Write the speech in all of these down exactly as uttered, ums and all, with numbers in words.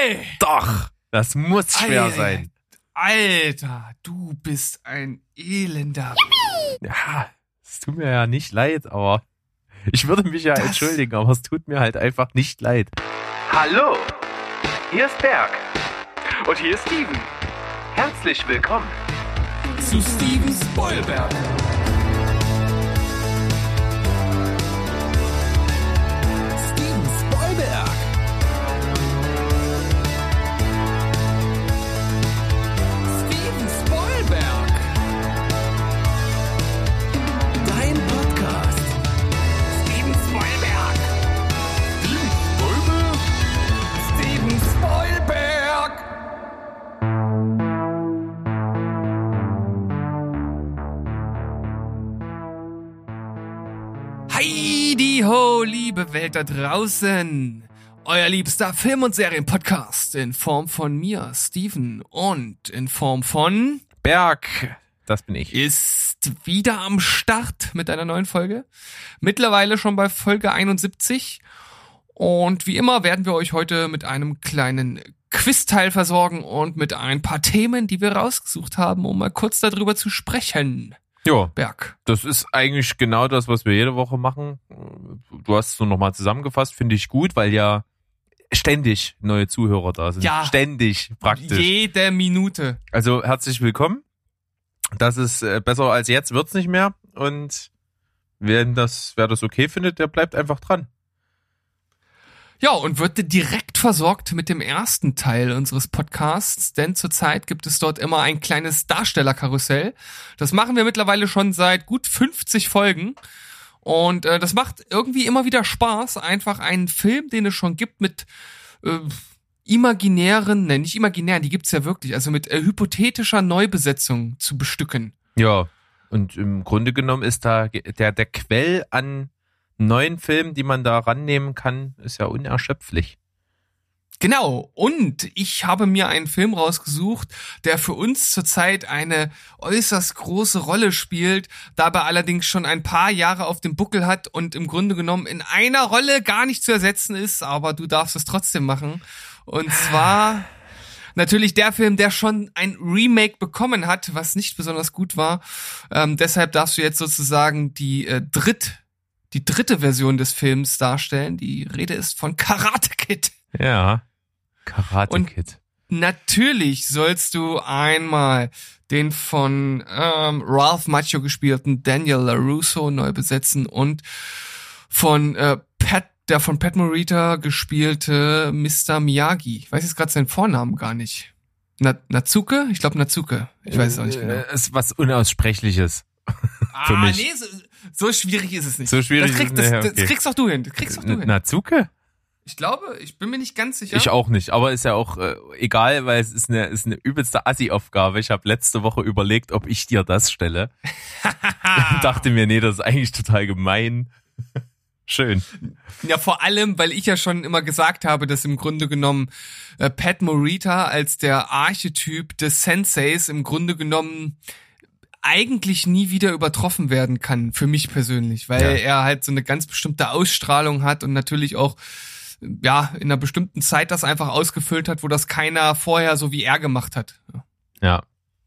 Nee! Doch, das muss schwer Ei, sein. Alter, du bist ein Elender. Ja, es tut mir ja nicht leid, aber ich würde mich ja Das- entschuldigen, aber es tut mir halt einfach nicht leid. Hallo, hier ist Berg. Und hier ist Steven. Herzlich willkommen. Zu Steven Spoilberg. Steven Spoilberg. Steven Spoilberg. Dein Podcast. Steven Spoilberg. Steven Spoilberg. Steven Spoilberg. Heidi-ho, liebe Welt da draußen. Euer liebster Film- und Serien-Podcast in Form von mir, Steven, und in Form von Berg, das bin ich. ist wieder am Start mit einer neuen Folge. Mittlerweile schon bei Folge einundsiebzig. Und wie immer werden wir euch heute mit einem kleinen Quizteil versorgen und mit ein paar Themen, die wir rausgesucht haben, um mal kurz darüber zu sprechen. Ja, Berg. das ist eigentlich genau das, was wir jede Woche machen. Du hast es so nochmal zusammengefasst, finde ich gut, weil ja ständig neue Zuhörer da sind. Ja. Ständig, praktisch. Jede Minute. Also herzlich willkommen. Das ist äh, besser als jetzt, wird's nicht mehr. Und wenn das, wer das okay findet, der bleibt einfach dran. Ja, und wird direkt versorgt mit dem ersten Teil unseres Podcasts, denn zurzeit gibt es dort immer ein kleines Darstellerkarussell. Das machen wir mittlerweile schon seit gut fünfzig Folgen. Und äh, das macht irgendwie immer wieder Spaß, einfach einen Film, den es schon gibt, mit äh, imaginären, ne, nicht imaginären, die gibt's ja wirklich, also mit äh, hypothetischer Neubesetzung zu bestücken. Ja, und im Grunde genommen ist da der, der Quell an neuen Filmen, die man da rannehmen kann, ist ja unerschöpflich. Genau, und ich habe mir einen Film rausgesucht, der für uns zurzeit eine äußerst große Rolle spielt, dabei allerdings schon ein paar Jahre auf dem Buckel hat und im Grunde genommen in einer Rolle gar nicht zu ersetzen ist, aber du darfst es trotzdem machen. Und zwar natürlich der Film, der schon ein Remake bekommen hat, was nicht besonders gut war. Ähm, deshalb darfst du jetzt sozusagen die äh, dritt, die dritte Version des Films darstellen. Die Rede ist von Karate Kid. Ja, Karate Und- Kid. Natürlich sollst du einmal den von ähm, Ralph Macchio gespielten Daniel LaRusso neu besetzen und von äh, Pat, der von Pat Morita gespielte Mister Miyagi. Ich weiß jetzt gerade seinen Vornamen gar nicht. Na, Natsuke? Ich glaube Natsuke. Ich weiß es auch nicht genau. Äh, ist was Unaussprechliches. für ah, mich. nee, so, so schwierig ist es nicht. So schwierig das kriegst, ist es das, nicht, das okay. kriegst doch du hin. Das kriegst doch du hin. Natsuke? Ich glaube, ich bin mir nicht ganz sicher. Ich auch nicht, aber ist ja auch äh, egal, weil es ist eine, ist eine übelste Assi-Aufgabe. Ich habe letzte Woche überlegt, ob ich dir das stelle. Dachte mir, nee, das ist eigentlich total gemein. Schön. Ja, vor allem, weil ich ja schon immer gesagt habe, dass im Grunde genommen äh, Pat Morita als der Archetyp des Senseis im Grunde genommen eigentlich nie wieder übertroffen werden kann, für mich persönlich, weil Ja. er halt so eine ganz bestimmte Ausstrahlung hat und natürlich auch ja in einer bestimmten Zeit das einfach ausgefüllt hat, wo das keiner vorher so wie er gemacht hat. Ja.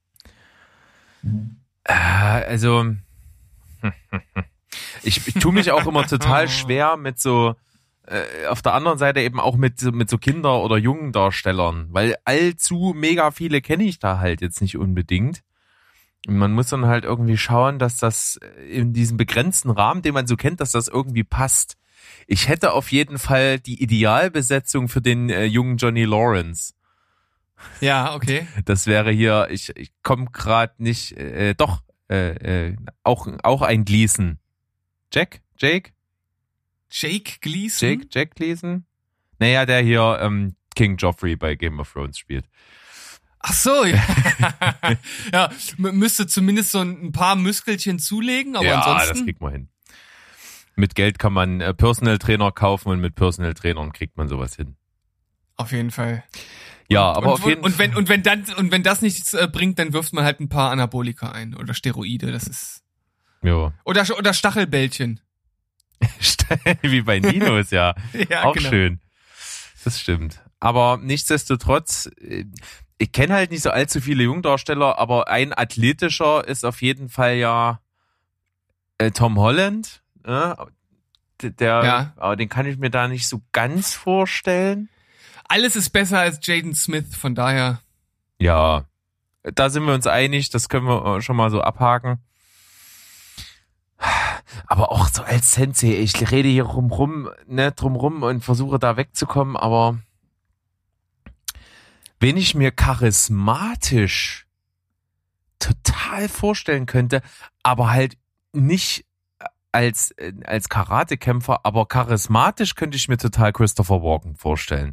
Äh, also, ich, ich tue mich auch immer total schwer mit so, äh, auf der anderen Seite eben auch mit, so- mit so Kinder- oder jungen Darstellern, weil allzu mega viele kenne ich da halt jetzt nicht unbedingt. Und man muss dann halt irgendwie schauen, dass das in diesem begrenzten Rahmen, den man so kennt, dass das irgendwie passt. Ich hätte auf jeden Fall die Idealbesetzung für den äh, jungen Johnny Lawrence. Ja, okay. Das wäre hier, ich, ich komme gerade nicht, äh, doch, äh, äh, auch, auch ein Gleason. Jack? Jake? Jake Gleason? Jake? Jack Gleason? Naja, der hier ähm, King Joffrey bei Game of Thrones spielt. Ach so, ja. ja, m- müsste zumindest so ein ein paar Muskelchen zulegen, aber ja, ansonsten. das kriegt man hin. Mit Geld kann man äh, Personal Trainer kaufen und mit Personal Trainern kriegt man sowas hin. Auf jeden Fall. Ja, aber und, auf jeden und wenn und wenn dann und wenn das nichts äh, bringt, dann wirft man halt ein paar Anabolika ein oder Steroide, das ist ja. oder oder Stachelbällchen. Wie bei Ninos, ja. Ja, Auch genau. schön. Das stimmt. aber nichtsdestotrotz, ich kenne halt nicht so allzu viele Jungdarsteller, aber ein athletischer ist auf jeden Fall ja äh, Tom Holland. Äh, der, Ja. Aber den kann ich mir da nicht so ganz vorstellen. Alles ist besser als Jaden Smith, von daher. Ja, da sind wir uns einig, das können wir schon mal so abhaken. Aber auch so als Sensei, ich rede hier rumrum, ne, drumrum und versuche da wegzukommen, aber wenn ich mir charismatisch total vorstellen könnte, aber halt nicht als, als Karatekämpfer, aber charismatisch könnte ich mir total Christopher Walken vorstellen.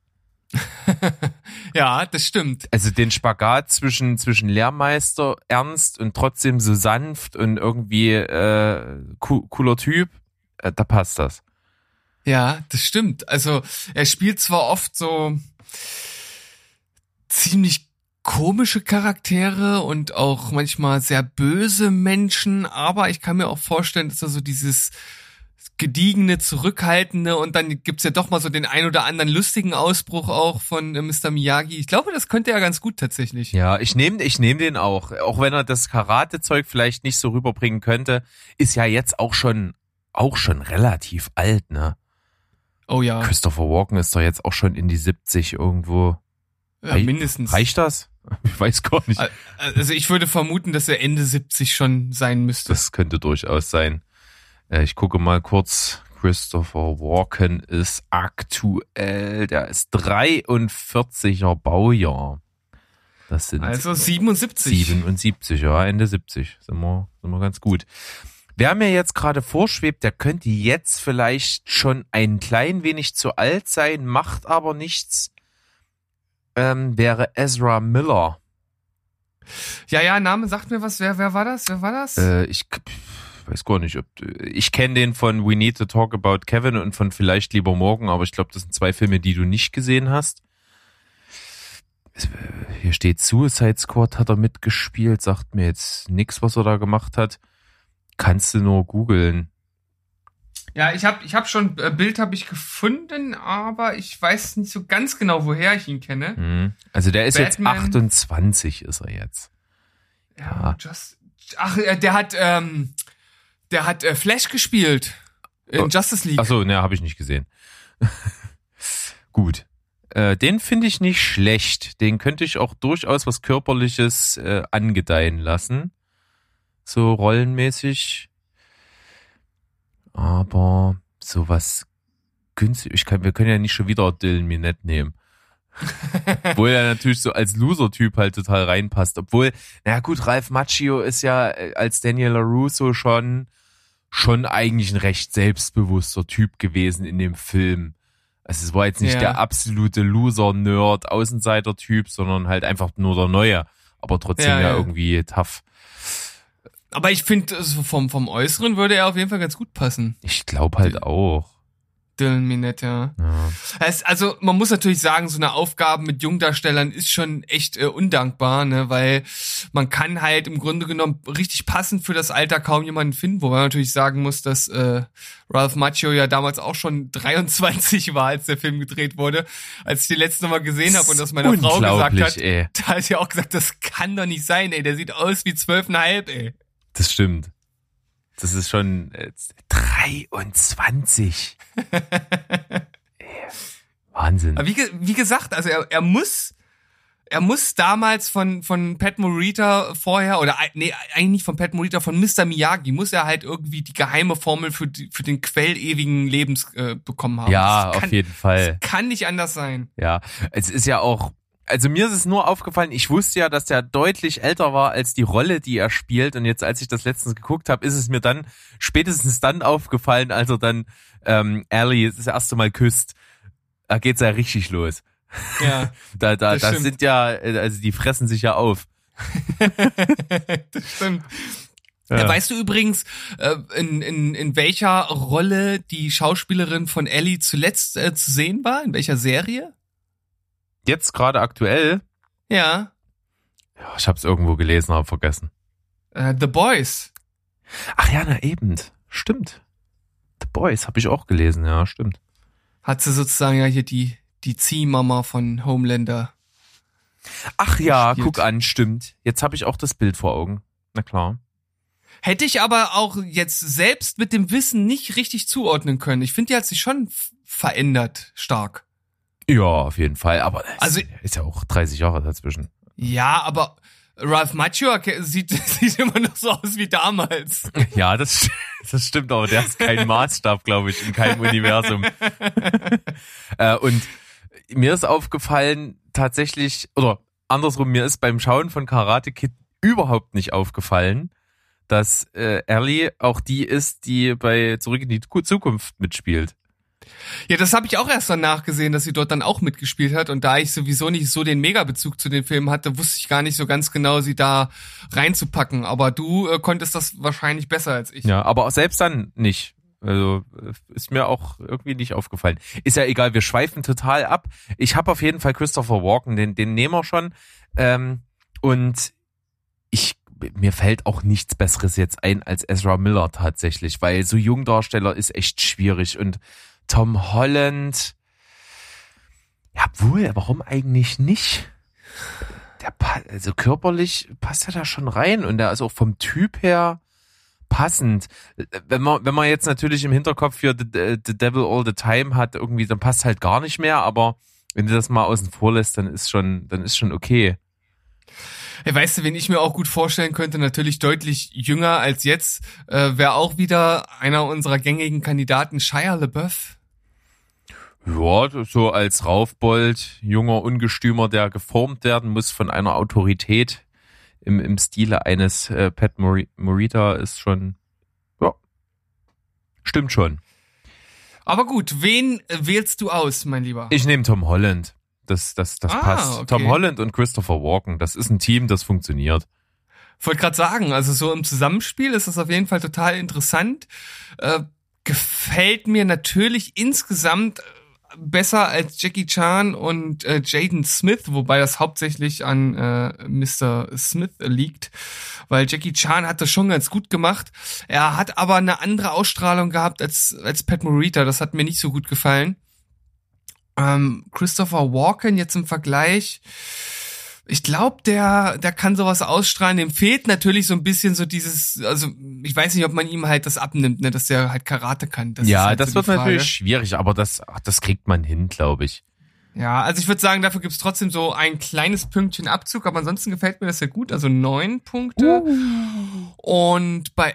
Ja, das stimmt. Also den Spagat zwischen zwischen Lehrmeister, ernst und trotzdem so sanft und irgendwie äh, co- cooler Typ, äh, da passt das. Ja, das stimmt. Also er spielt zwar oft so ziemlich komische Charaktere und auch manchmal sehr böse Menschen, aber ich kann mir auch vorstellen, dass er so dieses gediegene, zurückhaltende und dann gibt's ja doch mal so den ein oder anderen lustigen Ausbruch auch von äh, Mister Miyagi. Ich glaube, das könnte er ganz gut tatsächlich. Ja, ich nehme ich nehm den auch. Auch wenn er das Karate-Zeug vielleicht nicht so rüberbringen könnte, ist ja jetzt auch schon auch schon relativ alt, ne? Oh ja. Christopher Walken ist doch jetzt auch schon in die siebzig irgendwo. Ja, mindestens. Reicht das? Ich weiß gar nicht. Also ich würde vermuten, dass er Ende siebzig schon sein müsste. Das könnte durchaus sein. Ich gucke mal kurz. Christopher Walken ist aktuell, der ist dreiundvierziger Baujahr. Das sind also siebenundsiebzig. siebenundsiebzig, ja, Ende siebzig. Sind wir, sind wir ganz gut. Wer mir jetzt gerade vorschwebt, der könnte jetzt vielleicht schon ein klein wenig zu alt sein, macht aber nichts, ähm, wäre Ezra Miller. Ja, ja, Name sagt mir was. Wer, wer war das? Wer war das? Äh, ich weiß gar nicht, ob ich kenne den von We Need to Talk About Kevin und von Vielleicht lieber morgen, aber ich glaube, das sind zwei Filme, die du nicht gesehen hast. Hier steht Suicide Squad, hat er mitgespielt, sagt mir jetzt nix, was er da gemacht hat. Kannst du nur googeln. Ja, ich habe ich hab schon, äh, Bild habe ich gefunden, aber ich weiß nicht so ganz genau, woher ich ihn kenne. Hm. Also der ist Batman. jetzt achtundzwanzig, ist er jetzt. Ja, Ja. Just, ach, äh, der hat, ähm, der hat äh, Flash gespielt in Oh. Justice League. Ach so, ne, habe ich nicht gesehen. Gut. Äh, den finde ich nicht schlecht. Den könnte ich auch durchaus was Körperliches äh, angedeihen lassen. So rollenmäßig. Aber sowas günstig. Ich kann, wir können ja nicht schon wieder Dylan Minette nehmen. Obwohl er natürlich so als Loser-Typ halt total reinpasst. Obwohl, na gut, Ralph Macchio ist ja äh, als Daniel LaRusso schon, schon eigentlich ein recht selbstbewusster Typ gewesen in dem Film. Also es war jetzt nicht Ja. der absolute Loser-Nerd, Außenseiter-Typ, sondern halt einfach nur der Neue. Aber trotzdem Ja, ja, ja. irgendwie tough. Aber ich finde, also vom, vom Äußeren würde er auf jeden Fall ganz gut passen. Ich glaube halt auch. Dylan Minette, ja. Ja. Es, also man muss natürlich sagen, so eine Aufgabe mit Jungdarstellern ist schon echt äh, undankbar, ne, weil man kann halt im Grunde genommen richtig passend für das Alter kaum jemanden finden, wobei man natürlich sagen muss, dass äh, Ralph Macchio ja damals auch schon dreiundzwanzig war, als der Film gedreht wurde. Als ich den letzten Mal gesehen habe und das meiner Frau gesagt hat, ey. da hat sie auch gesagt, das kann doch nicht sein, ey, der sieht aus wie zwölfeinhalb, ey. Das stimmt. Das ist schon äh, dreiundzwanzig. Ey, Wahnsinn. Aber wie, ge- wie gesagt, also er, er muss, er muss damals von, von Pat Morita vorher, oder ei- nee, eigentlich nicht von Pat Morita, von Mister Miyagi, muss er halt irgendwie die geheime Formel für, die, für den Quell ewigen Lebens äh, bekommen haben. Ja, Das kann, auf jeden Fall. Kann nicht anders sein. Ja, es ist ja auch, also mir ist es nur aufgefallen, ich wusste ja, dass der deutlich älter war als die Rolle, die er spielt. Und jetzt, als ich das letztens geguckt habe, ist es mir dann spätestens dann aufgefallen, als er dann ähm, Ellie das erste Mal küsst. Da geht's ja richtig los. Ja, Da, da, Das das stimmt. sind ja, also die fressen sich ja auf. das stimmt. Ja. Ja, weißt du übrigens, äh, in, in, in welcher Rolle die Schauspielerin von Ellie zuletzt äh, zu sehen war? In welcher Serie? Jetzt gerade aktuell, Ja, ja, ich habe es irgendwo gelesen, aber vergessen. äh, The Boys. Ach ja, na eben, stimmt. The Boys habe ich auch gelesen, ja, stimmt. Hat sie sozusagen ja hier die, die Ziehmama von Homelander. Ach ja, Spielt. guck an, stimmt. Jetzt habe ich auch das Bild vor Augen. Na klar. Hätte ich aber auch jetzt selbst mit dem Wissen nicht richtig zuordnen können. Ich finde, die hat sich schon f- verändert, stark. Ja, auf jeden Fall. Aber es Also- ist ja auch dreißig Jahre dazwischen. Ja, aber Ralph Macchio sieht, sieht immer noch so aus wie damals. Ja, das, das stimmt, aber der ist kein Maßstab, glaube ich, in keinem Universum. äh, und mir ist aufgefallen, tatsächlich, oder andersrum, mir ist beim Schauen von Karate Kid überhaupt nicht aufgefallen, dass äh, Ellie auch die ist, die bei Zurück in die Zukunft mitspielt. Ja, das habe ich auch erst danach gesehen, dass sie dort dann auch mitgespielt hat. Und da ich sowieso nicht so den Megabezug zu den Filmen hatte, wusste ich gar nicht so ganz genau, sie da reinzupacken. Aber du äh, konntest das wahrscheinlich besser als ich. Ja, aber auch selbst dann nicht. Also ist mir auch irgendwie nicht aufgefallen. Ist ja egal, wir schweifen total ab. Ich habe auf jeden Fall Christopher Walken, den, den nehmen wir schon. Ähm, und ich mir fällt auch nichts Besseres jetzt ein als Ezra Miller tatsächlich, weil so Jungdarsteller ist echt schwierig. Und Tom Holland, ja wohl, warum eigentlich nicht? Der, also körperlich passt er da schon rein und der ist auch vom Typ her passend. Wenn man, wenn man jetzt natürlich im Hinterkopf für The, The Devil All the Time hat, irgendwie, dann passt halt gar nicht mehr, aber wenn du das mal außen vor lässt, dann ist schon, dann ist schon okay. Hey, weißt du, wen ich mir auch gut vorstellen könnte, natürlich deutlich jünger als jetzt, äh, wäre auch wieder einer unserer gängigen Kandidaten, Shia LaBeouf. Ja, so als Raufbold, junger Ungestümer, der geformt werden muss von einer Autorität im, im Stile eines äh, Pat Mor- Morita ist schon, ja, stimmt schon. Aber gut, wen wählst du aus, mein Lieber? Ich nehme Tom Holland. Das, das, das Ah, passt. okay. Tom Holland und Christopher Walken, das ist ein Team, das funktioniert. Ich wollte gerade sagen, also so im Zusammenspiel ist das auf jeden Fall total interessant. Äh, gefällt mir natürlich insgesamt besser als Jackie Chan und äh, Jaden Smith, wobei das hauptsächlich an äh, Mister Smith liegt, weil Jackie Chan hat das schon ganz gut gemacht. Er hat aber eine andere Ausstrahlung gehabt als als Pat Morita, das hat mir nicht so gut gefallen. Ähm, Christopher Walken jetzt im Vergleich, ich glaube, der der kann sowas ausstrahlen. Dem fehlt natürlich so ein bisschen so dieses, also ich weiß nicht, ob man ihm halt das abnimmt, ne, dass der halt Karate kann. Das ja, ist halt das so wird die Frage. natürlich schwierig, aber das, ach, das kriegt man hin, glaube ich. Ja, also ich würde sagen, dafür gibt's trotzdem so ein kleines Pünktchen Abzug, aber ansonsten gefällt mir das sehr gut. Also neun Punkte. Uh. Und bei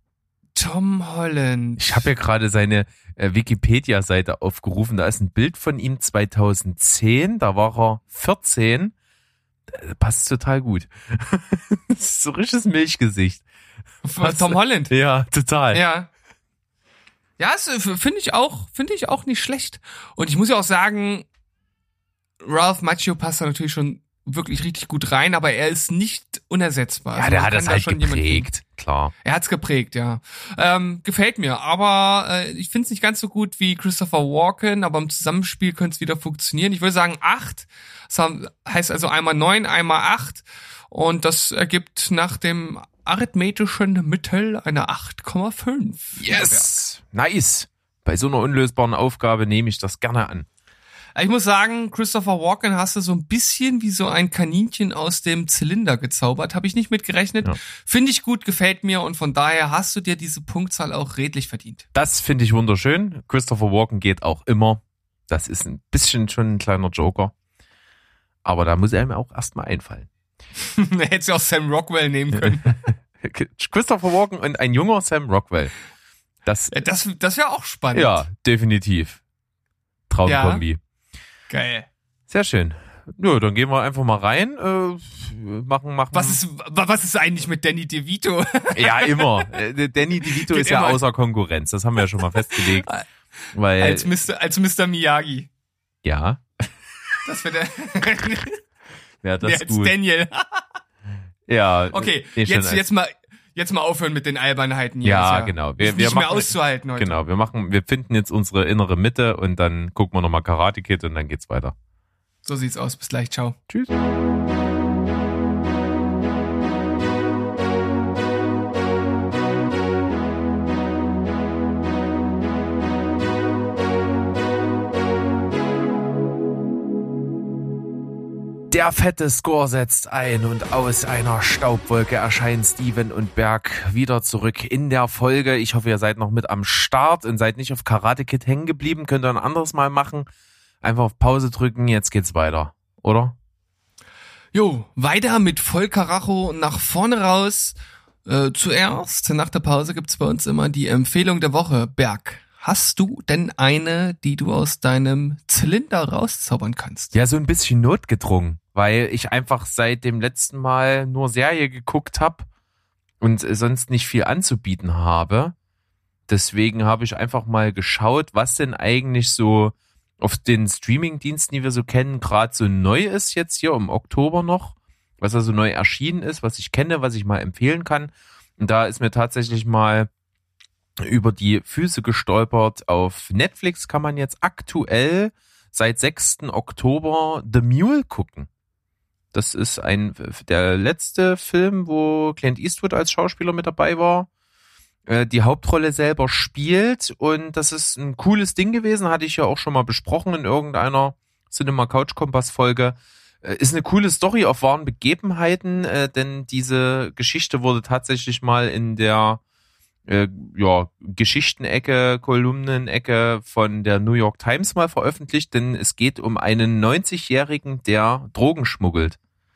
Tom Holland. Ich habe ja gerade seine äh, Wikipedia-Seite aufgerufen. Da ist ein Bild von ihm zweitausendzehn. Da war er vierzehn. Das passt total gut. Das ist so richtiges Milchgesicht. Von Tom Holland. Ja, total. Ja. Ja, finde ich auch, finde ich auch nicht schlecht. Und ich muss ja auch sagen, Ralph Macchio passt da natürlich schon wirklich richtig gut rein, aber er ist nicht unersetzbar. Ja, Also der man hat kann das da halt schon jemanden geprägt, klar. Er hat's geprägt, ja. Ähm, gefällt mir, aber äh, ich find's nicht ganz so gut wie Christopher Walken, aber im Zusammenspiel könnte es wieder funktionieren. Ich würde sagen acht. Das heißt also einmal neun, einmal acht. Und das ergibt nach dem arithmetischen Mittel eine acht Komma fünf. Yes! Nice! Bei so einer unlösbaren Aufgabe nehme ich das gerne an. Ich muss sagen, Christopher Walken hast du so ein bisschen wie so ein Kaninchen aus dem Zylinder gezaubert. Habe ich nicht mit gerechnet. Ja. Finde ich gut, gefällt mir und von daher hast du dir diese Punktzahl auch redlich verdient. Das finde ich wunderschön. Christopher Walken geht auch immer. Das ist ein bisschen schon ein kleiner Joker. Aber da muss er mir auch erstmal einfallen. Hättest du auch Sam Rockwell nehmen können. Christopher Walken und ein junger Sam Rockwell. Das, Das, das wäre auch spannend. ja, definitiv. Traumkombi. Geil. Sehr schön. Ja, dann gehen wir einfach mal rein. Äh, machen, machen. Was ist, wa- was ist eigentlich mit Danny DeVito? Ja, immer. Äh, Danny DeVito Geht ist ja immer. außer Konkurrenz. Das haben wir ja schon mal festgelegt. Weil, als Mister als Mister Miyagi. ja, Das wäre der. ja, das Nee, ist als gut. Daniel. Ja. Okay, nee, schon jetzt, als- jetzt mal, jetzt mal aufhören mit den Albernheiten hier. Ja, Das ist genau. ist Wir, wir nicht mehr machen, auszuhalten heute. genau, wir machen, wir finden jetzt unsere innere Mitte und dann gucken wir nochmal Karate Kid und dann geht's weiter. So sieht's aus. Bis gleich. Ciao. Tschüss. Der fette Score setzt ein und aus einer Staubwolke erscheinen Steven und Berg wieder zurück in der Folge. Ich hoffe, ihr seid noch mit am Start und seid nicht auf Karate Kid hängen geblieben. Könnt ihr ein anderes Mal machen. Einfach auf Pause drücken, jetzt geht's weiter, oder? Jo, weiter mit Vollkaracho nach vorne raus. Äh, zuerst, nach der Pause gibt's bei uns immer die Empfehlung der Woche. Berg, hast du denn eine, die du aus deinem Zylinder rauszaubern kannst? Ja, so ein bisschen notgedrungen, weil ich einfach seit dem letzten Mal nur Serie geguckt habe und sonst nicht viel anzubieten habe. Deswegen habe ich einfach mal geschaut, was denn eigentlich so auf den Streaming-Diensten, die wir so kennen, gerade so neu ist jetzt hier im Oktober noch, was also neu erschienen ist, was ich kenne, was ich mal empfehlen kann. Und da ist mir tatsächlich mal über die Füße gestolpert. Auf Netflix kann man jetzt aktuell seit sechsten Oktober The Mule gucken. Das ist ein der letzte Film, wo Clint Eastwood als Schauspieler mit dabei war, die Hauptrolle selber spielt, und das ist ein cooles Ding gewesen, hatte ich ja auch schon mal besprochen in irgendeiner Cinema Couch Kompass Folge. Ist eine coole Story auf wahren Begebenheiten, denn diese Geschichte wurde tatsächlich mal in der äh, ja, Geschichtenecke, Kolumnenecke von der New York Times mal veröffentlicht, denn es geht um einen neunzigjährigen, der Drogen schmuggelt.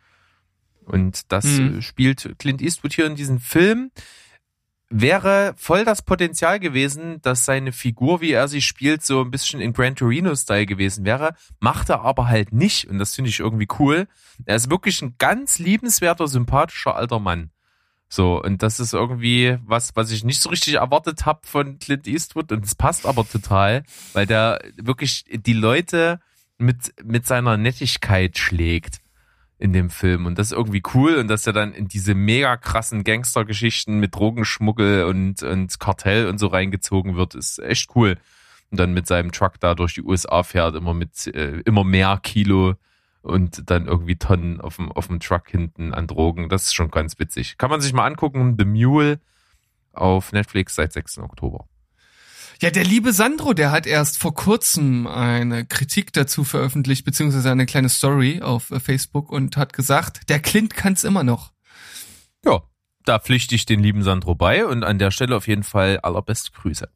Und das hm. spielt Clint Eastwood hier in diesem Film. Wäre voll das Potenzial gewesen, dass seine Figur, wie er sie spielt, so ein bisschen in Gran Torino-Style gewesen wäre, macht er aber halt nicht, und das finde ich irgendwie cool. Er ist wirklich ein ganz liebenswerter, sympathischer alter Mann. So, und das ist irgendwie was, was ich nicht so richtig erwartet habe von Clint Eastwood, und es passt aber total, weil der wirklich die Leute mit mit seiner Nettigkeit schlägt in dem Film, und das ist irgendwie cool, und dass er dann in diese mega krassen Gangstergeschichten mit Drogenschmuggel und und Kartell und so reingezogen wird, ist echt cool. Und dann mit seinem Truck da durch die U S A fährt, immer mit äh, immer mehr Kilo und dann irgendwie Tonnen auf dem auf dem Truck hinten an Drogen. Das ist schon ganz witzig. Kann man sich mal angucken, The Mule auf Netflix seit sechsten Oktober. Ja, der liebe Sandro, der hat erst vor kurzem eine Kritik dazu veröffentlicht, beziehungsweise eine kleine Story auf Facebook, und hat gesagt, der Clint kann's immer noch. Ja, da pflichte ich den lieben Sandro bei, und an der Stelle auf jeden Fall allerbeste Grüße.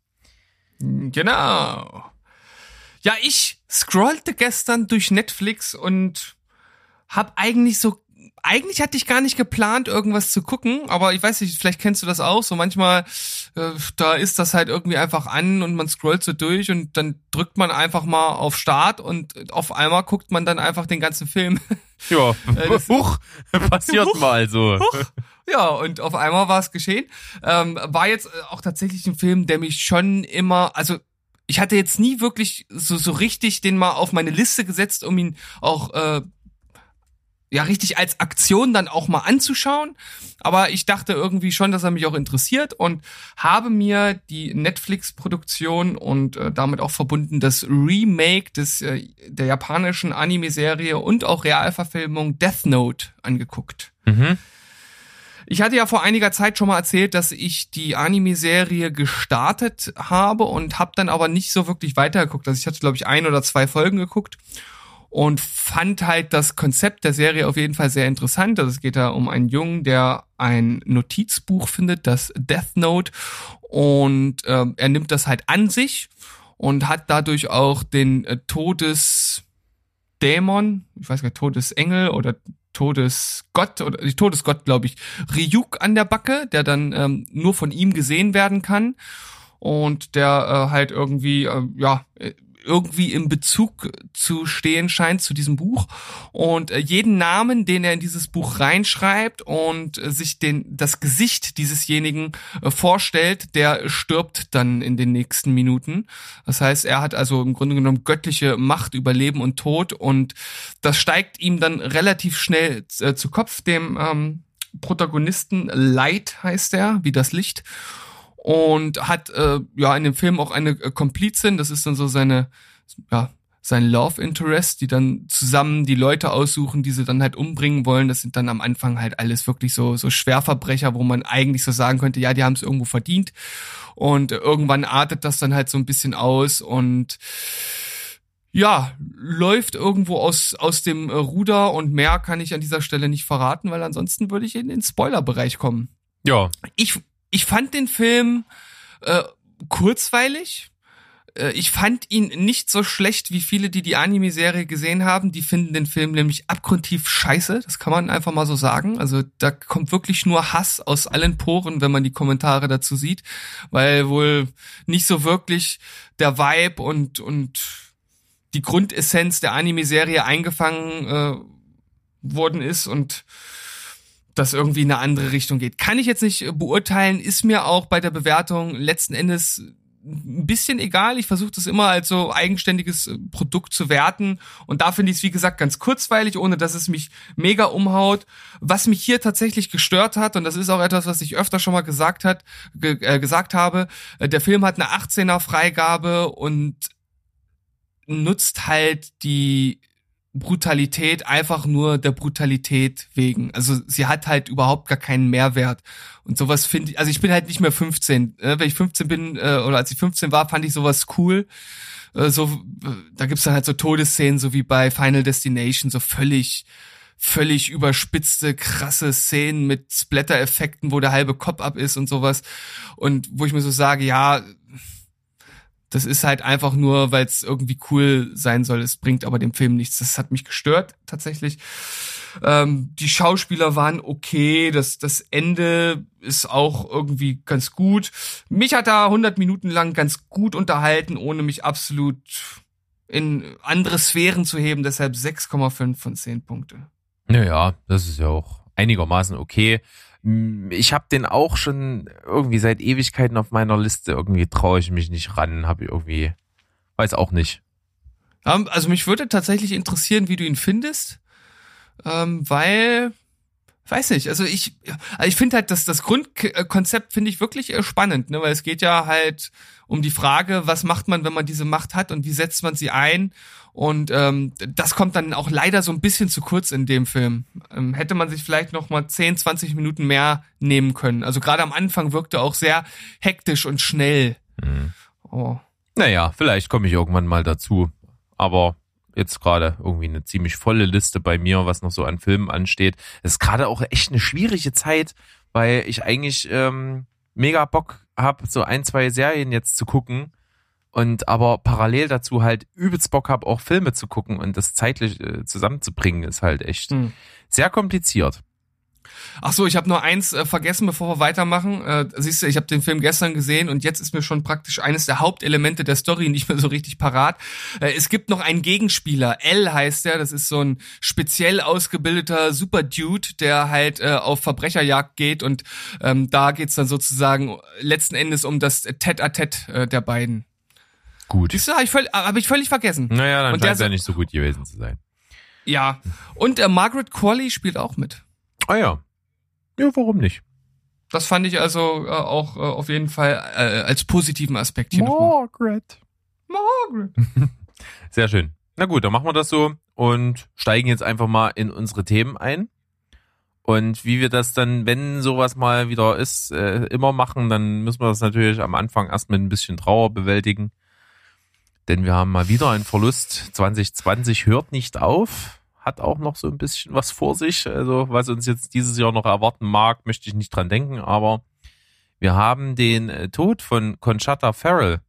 Genau. Ja, ich scrollte gestern durch Netflix und hab eigentlich so Eigentlich hatte ich gar nicht geplant, irgendwas zu gucken, aber ich weiß nicht, vielleicht kennst du das auch, so manchmal, äh, da ist das halt irgendwie einfach an und man scrollt so durch, und dann drückt man einfach mal auf Start und auf einmal guckt man dann einfach den ganzen Film. Ja, huch, passiert huch, mal so. Huch. Ja, und auf einmal war es geschehen. Ähm, war jetzt auch tatsächlich ein Film, der mich schon immer, also ich hatte jetzt nie wirklich so so richtig den mal auf meine Liste gesetzt, um ihn auch äh, ja richtig als Aktion dann auch mal anzuschauen, aber ich dachte irgendwie schon, dass er mich auch interessiert, und habe mir die Netflix-Produktion und äh, damit auch verbunden das Remake des äh, der japanischen Anime-Serie und auch Realverfilmung Death Note angeguckt. Mhm. Ich hatte ja vor einiger Zeit schon mal erzählt, dass ich die Anime-Serie gestartet habe und habe dann aber nicht so wirklich weitergeguckt. Also ich hatte, glaube ich, ein oder zwei Folgen geguckt und fand halt das Konzept der Serie auf jeden Fall sehr interessant. Also es geht da um einen Jungen, der ein Notizbuch findet, das Death Note, und äh, er nimmt das halt an sich und hat dadurch auch den äh, Todesdämon, ich weiß gar nicht, Todesengel oder Todesgott oder die Todesgott, glaube ich, Ryuk an der Backe, der dann ähm, nur von ihm gesehen werden kann, und der äh, halt irgendwie äh, ja irgendwie im Bezug zu stehen scheint zu diesem Buch, und äh, jeden Namen, den er in dieses Buch reinschreibt und äh, sich den das Gesicht diesesjenigen äh, vorstellt, der stirbt dann in den nächsten Minuten. Das heißt, er hat also im Grunde genommen göttliche Macht über Leben und Tod, und das steigt ihm dann relativ schnell äh, zu Kopf, dem ähm, Protagonisten. Light heißt er, wie das Licht. Und hat äh, ja in dem Film auch eine äh, Komplizin, das ist dann so seine, ja, sein Love Interest, die dann zusammen die Leute aussuchen, die sie dann halt umbringen wollen. Das sind dann am Anfang halt alles wirklich so so Schwerverbrecher, wo man eigentlich so sagen könnte, ja, die haben es irgendwo verdient. Und äh, irgendwann artet das dann halt so ein bisschen aus, und ja, läuft irgendwo aus aus dem äh, Ruder und mehr kann ich an dieser Stelle nicht verraten, weil ansonsten würde ich in den Spoilerbereich kommen. Ja. Ich ich fand den Film äh, kurzweilig. Äh, ich fand ihn nicht so schlecht wie viele, die die Anime-Serie gesehen haben. Die finden den Film nämlich abgrundtief scheiße. Das kann man einfach mal so sagen. Also da kommt wirklich nur Hass aus allen Poren, wenn man die Kommentare dazu sieht, weil wohl nicht so wirklich der Vibe und und die Grundessenz der Anime-Serie eingefangen äh, worden ist und das irgendwie in eine andere Richtung geht. Kann ich jetzt nicht beurteilen, ist mir auch bei der Bewertung letzten Endes ein bisschen egal. Ich versuche das immer als so eigenständiges Produkt zu werten und da finde ich es, wie gesagt, ganz kurzweilig, ohne dass es mich mega umhaut. Was mich hier tatsächlich gestört hat, und das ist auch etwas, was ich öfter schon mal gesagt hat, ge- äh, gesagt habe, äh, der Film hat eine achtzehner Freigabe und nutzt halt die Brutalität einfach nur der Brutalität wegen. Also sie hat halt überhaupt gar keinen Mehrwert. Und sowas finde ich, also ich bin halt nicht mehr fünfzehn. Äh, wenn ich fünfzehn bin, äh, oder als ich fünfzehn war, fand ich sowas cool. Äh, so, äh, da gibt's dann halt so Todesszenen, so wie bei Final Destination, so völlig, völlig überspitzte, krasse Szenen mit Splatter-Effekten, wo der halbe Kopf ab ist und sowas. Und wo ich mir so sage, ja, das ist halt einfach nur, weil es irgendwie cool sein soll. Es bringt aber dem Film nichts. Das hat mich gestört, tatsächlich. Ähm, die Schauspieler waren okay. Das, das Ende ist auch irgendwie ganz gut. Mich hat er hundert Minuten lang ganz gut unterhalten, ohne mich absolut in andere Sphären zu heben. Deshalb sechs Komma fünf von zehn Punkte. Naja, das ist ja auch einigermaßen okay. Ich habe den auch schon irgendwie seit Ewigkeiten auf meiner Liste. Irgendwie traue ich mich nicht ran. Habe ich irgendwie, weiß auch nicht. Also mich würde tatsächlich interessieren, wie du ihn findest, ähm, weil, weiß nicht, also ich, also ich finde halt, dass das Grundkonzept finde ich wirklich spannend, ne, weil es geht ja halt um die Frage, was macht man, wenn man diese Macht hat und wie setzt man sie ein? Und ähm, das kommt dann auch leider so ein bisschen zu kurz in dem Film. Ähm, hätte man sich vielleicht noch mal zehn, zwanzig Minuten mehr nehmen können. Also gerade am Anfang wirkte auch sehr hektisch und schnell. Hm. Oh. Naja, vielleicht komme ich irgendwann mal dazu. Aber jetzt gerade irgendwie eine ziemlich volle Liste bei mir, was noch so an Filmen ansteht. Es ist gerade auch echt eine schwierige Zeit, weil ich eigentlich ähm, mega Bock habe, so ein, zwei Serien jetzt zu gucken. Und aber parallel dazu halt übelst Bock habe, auch Filme zu gucken und das zeitlich äh, zusammenzubringen, ist halt echt hm. sehr kompliziert. Ach so, ich habe nur eins äh, vergessen, bevor wir weitermachen. Äh, siehst du, ich habe den Film gestern gesehen und jetzt ist mir schon praktisch eines der Hauptelemente der Story nicht mehr so richtig parat. Äh, es gibt noch einen Gegenspieler, L heißt der, das ist so ein speziell ausgebildeter Super-Dude, der halt äh, auf Verbrecherjagd geht und ähm, da geht's dann sozusagen letzten Endes um das Tête-à-Tête äh, der beiden. Gut. Siehst du, habe ich, völ- hab ich völlig vergessen. Naja, dann und scheint es der ja nicht so gut gewesen zu sein. Ja, und äh, Margaret Qualley spielt auch mit. Ah ja. Ja, warum nicht? Das fand ich also äh, auch äh, auf jeden Fall äh, als positiven Aspekt hier Margaret. Margaret. Sehr schön. Na gut, dann machen wir das so und steigen jetzt einfach mal in unsere Themen ein. Und wie wir das dann, wenn sowas mal wieder ist, äh, immer machen, dann müssen wir das natürlich am Anfang erst mit ein bisschen Trauer bewältigen. Denn wir haben mal wieder einen Verlust. zwanzig zwanzig hört nicht auf. Hat auch noch so ein bisschen was vor sich. Also was uns jetzt dieses Jahr noch erwarten mag, möchte ich nicht dran denken. Aber wir haben den Tod von Conchata Ferrell.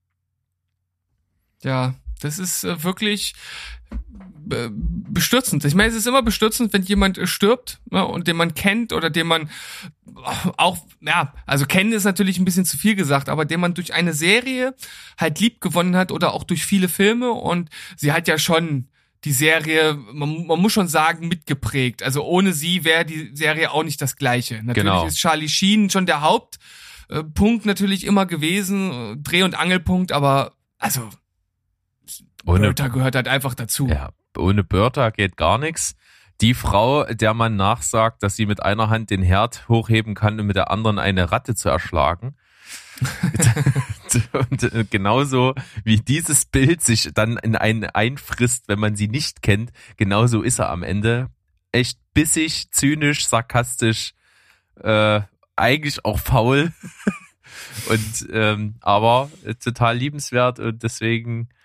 Ja, das ist äh, wirklich äh, bestürzend. Ich meine, es ist immer bestürzend, wenn jemand äh, stirbt, ne, und den man kennt oder den man auch, ja, also kennen ist natürlich ein bisschen zu viel gesagt, aber den man durch eine Serie halt lieb gewonnen hat oder auch durch viele Filme und sie hat ja schon die Serie, man, man muss schon sagen, mitgeprägt. Also ohne sie wäre die Serie auch nicht das Gleiche. Natürlich genau. ist Charlie Sheen schon der Hauptpunkt natürlich immer gewesen, Dreh- und Angelpunkt, aber also ohne Bertha gehört halt einfach dazu. Ja, ohne Bertha geht gar nichts. Die Frau, der man nachsagt, dass sie mit einer Hand den Herd hochheben kann und mit der anderen eine Ratte zu erschlagen. Und genauso wie dieses Bild sich dann in einen einfrisst, wenn man sie nicht kennt, genauso ist er am Ende. Echt bissig, zynisch, sarkastisch, äh, eigentlich auch faul. Und ähm, aber total liebenswert und deswegen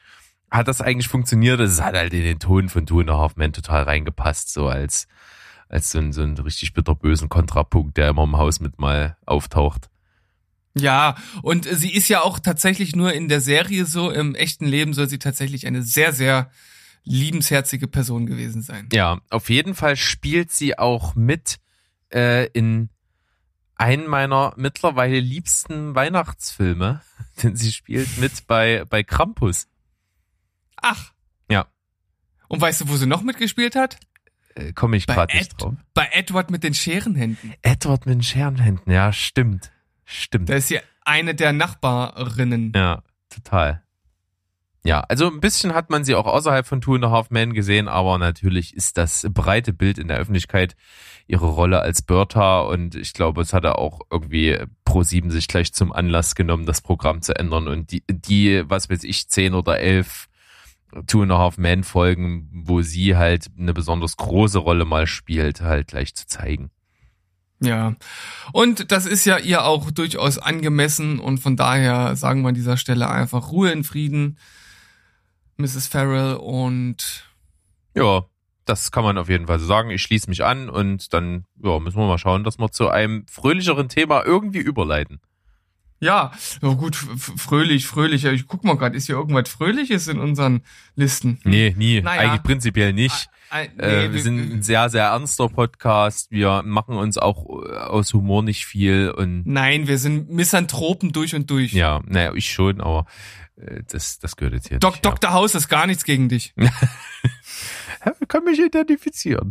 hat das eigentlich funktioniert. Es hat halt in den Ton von Two and a Half Men total reingepasst, so als, als so ein, so ein richtig bitterbösen Kontrapunkt, der immer im Haus mit mal auftaucht. Ja, und sie ist ja auch tatsächlich nur in der Serie so, im echten Leben soll sie tatsächlich eine sehr, sehr liebensherzige Person gewesen sein. Ja, auf jeden Fall spielt sie auch mit äh, in einen meiner mittlerweile liebsten Weihnachtsfilme, denn sie spielt mit bei, bei Krampus. Ach. Ja. Und weißt du, wo sie noch mitgespielt hat? Äh, Komme ich gerade nicht Ed, drauf. Bei Edward mit den Scherenhänden. Edward mit den Scherenhänden, ja, stimmt. Stimmt. Da ist sie eine der Nachbarinnen. Ja, total. Ja, also ein bisschen hat man sie auch außerhalb von Two and a Half Men gesehen, aber natürlich ist das breite Bild in der Öffentlichkeit ihre Rolle als Bertha und ich glaube, es hat er auch irgendwie ProSieben sich gleich zum Anlass genommen, das Programm zu ändern und die, die, was weiß ich, zehn oder elf Two and a Half Men Folgen, wo sie halt eine besonders große Rolle mal spielt, halt gleich zu zeigen. Ja, und das ist ja ihr auch durchaus angemessen und von daher sagen wir an dieser Stelle einfach Ruhe in Frieden, Misses Farrell, und ja, das kann man auf jeden Fall so sagen. Ich schließe mich an und dann ja, müssen wir mal schauen, dass wir zu einem fröhlicheren Thema irgendwie überleiten. Ja, oh gut, fröhlich, fröhlich. Ich guck mal gerade, ist hier irgendwas Fröhliches in unseren Listen? Nee, nie. Naja. Eigentlich prinzipiell nicht. Ah, nee, äh, wir sind ein sehr, sehr ernster Podcast. Wir machen uns auch aus Humor nicht viel. Und Nein, wir sind Misanthropen durch und durch. ja, naja, ich schon, aber äh, das, das gehört jetzt hier Dok- nicht. Doktor House ist gar nichts gegen dich. Ich kann mich identifizieren.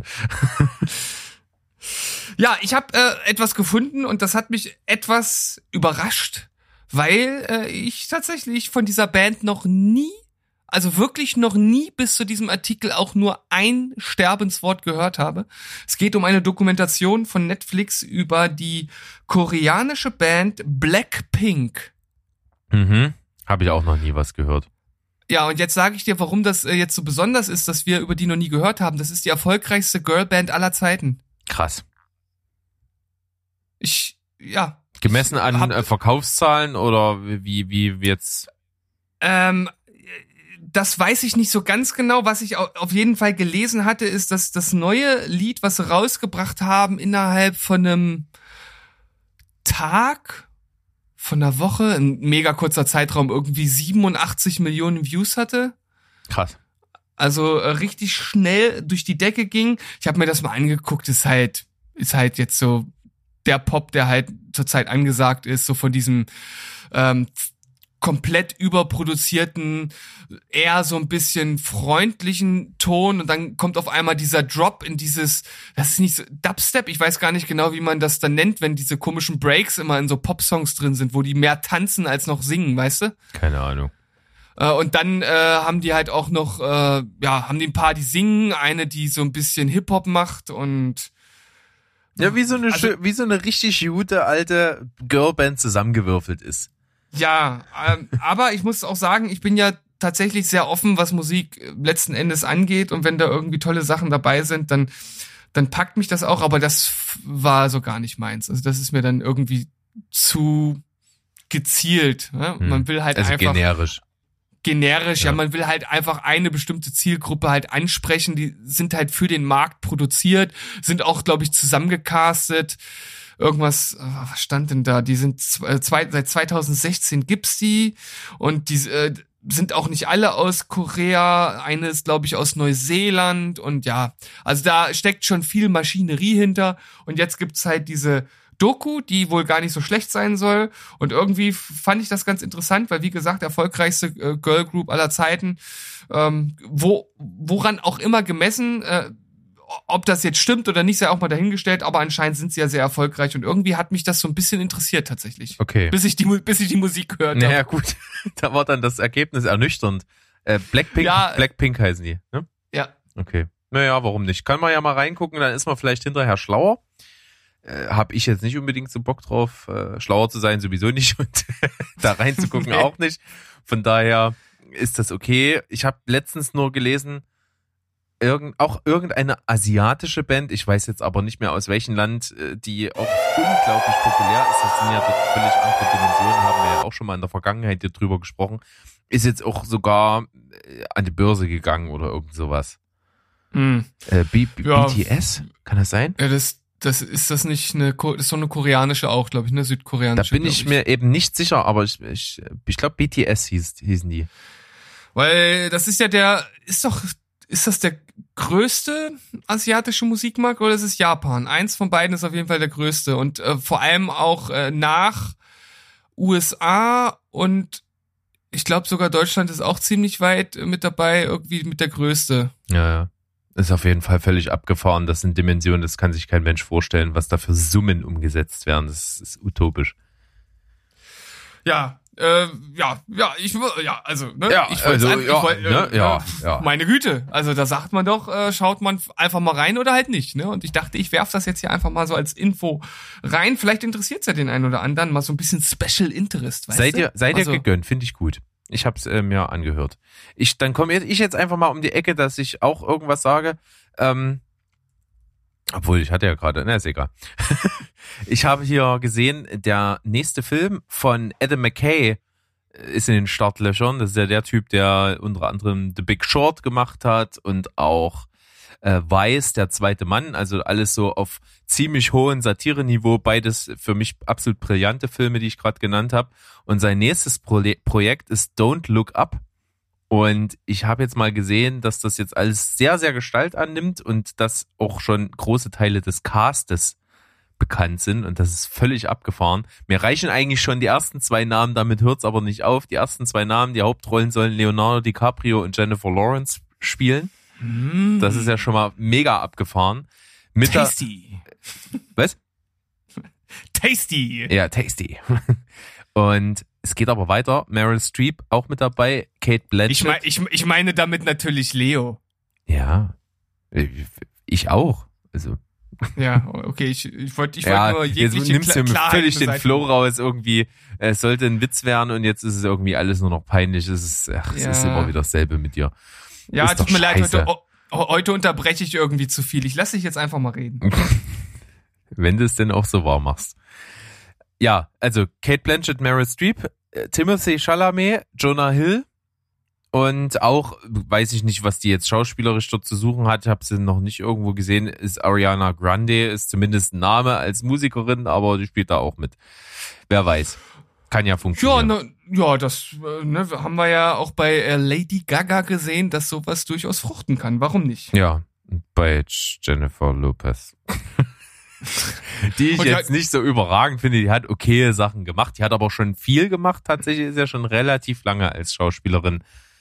Ja, ich habe äh, etwas gefunden und das hat mich etwas überrascht, weil äh, ich tatsächlich von dieser Band noch nie, also wirklich noch nie bis zu diesem Artikel auch nur ein Sterbenswort gehört habe. Es geht um eine Dokumentation von Netflix über die koreanische Band Blackpink. Mhm. Habe ich auch noch nie was gehört. Ja, und jetzt sage ich dir, warum das äh, jetzt so besonders ist, dass wir über die noch nie gehört haben. Das ist die erfolgreichste Girlband aller Zeiten. Krass. Ich, ja. Gemessen an hab, äh, Verkaufszahlen oder wie, wie, wie jetzt? Ähm, das weiß ich nicht so ganz genau. Was ich auf jeden Fall gelesen hatte, ist, dass das neue Lied, was sie rausgebracht haben, innerhalb von einem Tag, von einer Woche, ein mega kurzer Zeitraum, irgendwie siebenundachtzig Millionen Views hatte. Krass. Also äh, richtig schnell durch die Decke ging. Ich habe mir das mal angeguckt, ist halt, ist halt jetzt so der Pop, der halt zurzeit angesagt ist, so von diesem ähm, komplett überproduzierten, eher so ein bisschen freundlichen Ton und dann kommt auf einmal dieser Drop in dieses, das ist nicht so, Dubstep, ich weiß gar nicht genau, wie man das dann nennt, wenn diese komischen Breaks immer in so Pop-Songs drin sind, wo die mehr tanzen als noch singen, weißt du? Keine Ahnung. Äh, und dann äh, haben die halt auch noch, äh, ja, haben die ein paar, die singen, eine, die so ein bisschen Hip-Hop macht und ja, wie so eine also, wie so eine richtig gute alte Girlband zusammengewürfelt ist. Ja, ähm, aber ich muss auch sagen, ich bin ja tatsächlich sehr offen, was Musik letzten Endes angeht und wenn da irgendwie tolle Sachen dabei sind, dann dann packt mich das auch, aber das war so gar nicht meins. Also das ist mir dann irgendwie zu gezielt. Ne? Hm. Man will halt also einfach generisch. generisch, ja. Ja, man will halt einfach eine bestimmte Zielgruppe halt ansprechen, die sind halt für den Markt produziert, sind auch, glaube ich, zusammengecastet. Irgendwas, was stand denn da? Die sind zwei, seit zweitausendsechzehn gibt's die und die äh, sind auch nicht alle aus Korea. Eine ist, glaube ich, aus Neuseeland und ja, also da steckt schon viel Maschinerie hinter und jetzt gibt's halt diese Doku, die wohl gar nicht so schlecht sein soll. Und irgendwie fand ich das ganz interessant, weil wie gesagt, erfolgreichste äh, Girl Group aller Zeiten, ähm, wo woran auch immer gemessen, äh, ob das jetzt stimmt oder nicht, sei auch mal dahingestellt, aber anscheinend sind sie ja sehr erfolgreich und irgendwie hat mich das so ein bisschen interessiert tatsächlich. Okay. Bis ich die, bis ich die Musik gehört Naja, habe. gut. Da war dann das Ergebnis ernüchternd. Äh, Blackpink, Ja, Blackpink heißen die, ne? Ja. Okay. Naja, warum nicht? Kann man ja mal reingucken, dann ist man vielleicht hinterher schlauer. Äh, hab ich jetzt nicht unbedingt so Bock drauf, äh, schlauer zu sein sowieso nicht und da reinzugucken Nee. auch nicht. Von daher ist das okay. Ich habe letztens nur gelesen, irgend, auch irgendeine asiatische Band, ich weiß jetzt aber nicht mehr aus welchem Land, die auch unglaublich populär ist, das sind ja dort völlig andere Dimensionen, haben wir ja auch schon mal in der Vergangenheit hier drüber gesprochen, ist jetzt auch sogar an die Börse gegangen oder irgend sowas. Hm. Äh, B- B- Ja. B T S? Kann das sein? Ja, das, das ist das nicht eine, Ko- das ist so eine koreanische auch, glaube ich, eine Da südkoreanische. bin glaub ich mir eben nicht sicher, aber ich, ich, ich glaube B T S hieß, hießen die. Weil das ist ja der, ist doch, ist das der größte asiatische Musikmarkt oder ist es Japan? Eins von beiden ist auf jeden Fall der größte und äh, vor allem auch äh, nach U S A und ich glaube sogar Deutschland ist auch ziemlich weit äh, mit dabei, irgendwie mit der größte. Ja, ja. Ist auf jeden Fall völlig abgefahren. Das sind Dimensionen, das kann sich kein Mensch vorstellen, was da für Summen umgesetzt werden. Das ist utopisch. Ja, äh, ja, ja, ich ja, also, ne, Ja, ich also, an, ich ja, wollt, ne, äh, ja, äh, ja. Meine Güte, also da sagt man doch, äh, schaut man einfach mal rein oder halt nicht, ne? Und ich dachte, ich werf das jetzt hier einfach mal so als Info rein. Vielleicht interessiert's ja den einen oder anderen, mal so ein bisschen Special Interest, weißt Seid du? ihr, seid ihr Also, gegönnt, finde ich gut. Ich hab's äh, mir angehört. Ich, dann komme ich jetzt einfach mal um die Ecke, dass ich auch irgendwas sage. Ähm, obwohl, ich hatte ja gerade, na, ist egal. Ich habe hier gesehen, der nächste Film von Adam McKay ist in den Startlöchern. Das ist ja der Typ, der unter anderem The Big Short gemacht hat und auch äh, Weiß, der zweite Mann. Also alles so auf ziemlich hohem Satire-Niveau. Beides für mich absolut brillante Filme, die ich gerade genannt habe. Und sein nächstes Pro- Projekt ist Don't Look Up. Und ich habe jetzt mal gesehen, dass das jetzt alles sehr, sehr Gestalt annimmt und dass auch schon große Teile des Castes bekannt sind und das ist völlig abgefahren. Mir reichen eigentlich schon die ersten zwei Namen, damit hört's aber nicht auf. Die ersten zwei Namen, die Hauptrollen sollen Leonardo DiCaprio und Jennifer Lawrence spielen. mm, Das ist ja schon mal mega abgefahren. Mit der- tasty. Was? Tasty. Ja, tasty. Und es geht aber weiter. Meryl Streep auch mit dabei. Kate Blanchett. Ich, mein, ich, ich meine damit natürlich Leo. Ja, ich auch. Also Ja, okay, ich, ich wollte ich wollt ja, nur jetzt jegliche nimmst du Kla- mir Klarheit völlig den beseitigen. Flow raus irgendwie. Es sollte ein Witz werden und jetzt ist es irgendwie alles nur noch peinlich. Es ist, ach, es Ja. ist immer wieder dasselbe mit dir. Ja, Ist tut doch mir leid, scheiße. heute, oh, heute unterbreche ich irgendwie zu viel. Ich lasse dich jetzt einfach mal reden. Wenn du es denn auch so wahr machst. Ja, also Kate Blanchett, Meryl Streep, äh, Timothée Chalamet, Jonah Hill und auch, weiß ich nicht, was die jetzt schauspielerisch dort zu suchen hat, ich habe sie noch nicht irgendwo gesehen, ist Ariana Grande, ist zumindest ein Name als Musikerin, aber die spielt da auch mit. Wer weiß. Kann ja Ja, funktionieren. ne, ja, das äh, ne, haben wir ja auch bei äh, Lady Gaga gesehen, dass sowas durchaus fruchten kann. Warum nicht? Ja, bei Jennifer Lopez. Die ich Und ja- jetzt nicht so überragend finde, die hat okaye Sachen gemacht, die hat aber schon viel gemacht, tatsächlich ist ja schon relativ lange als Schauspielerin.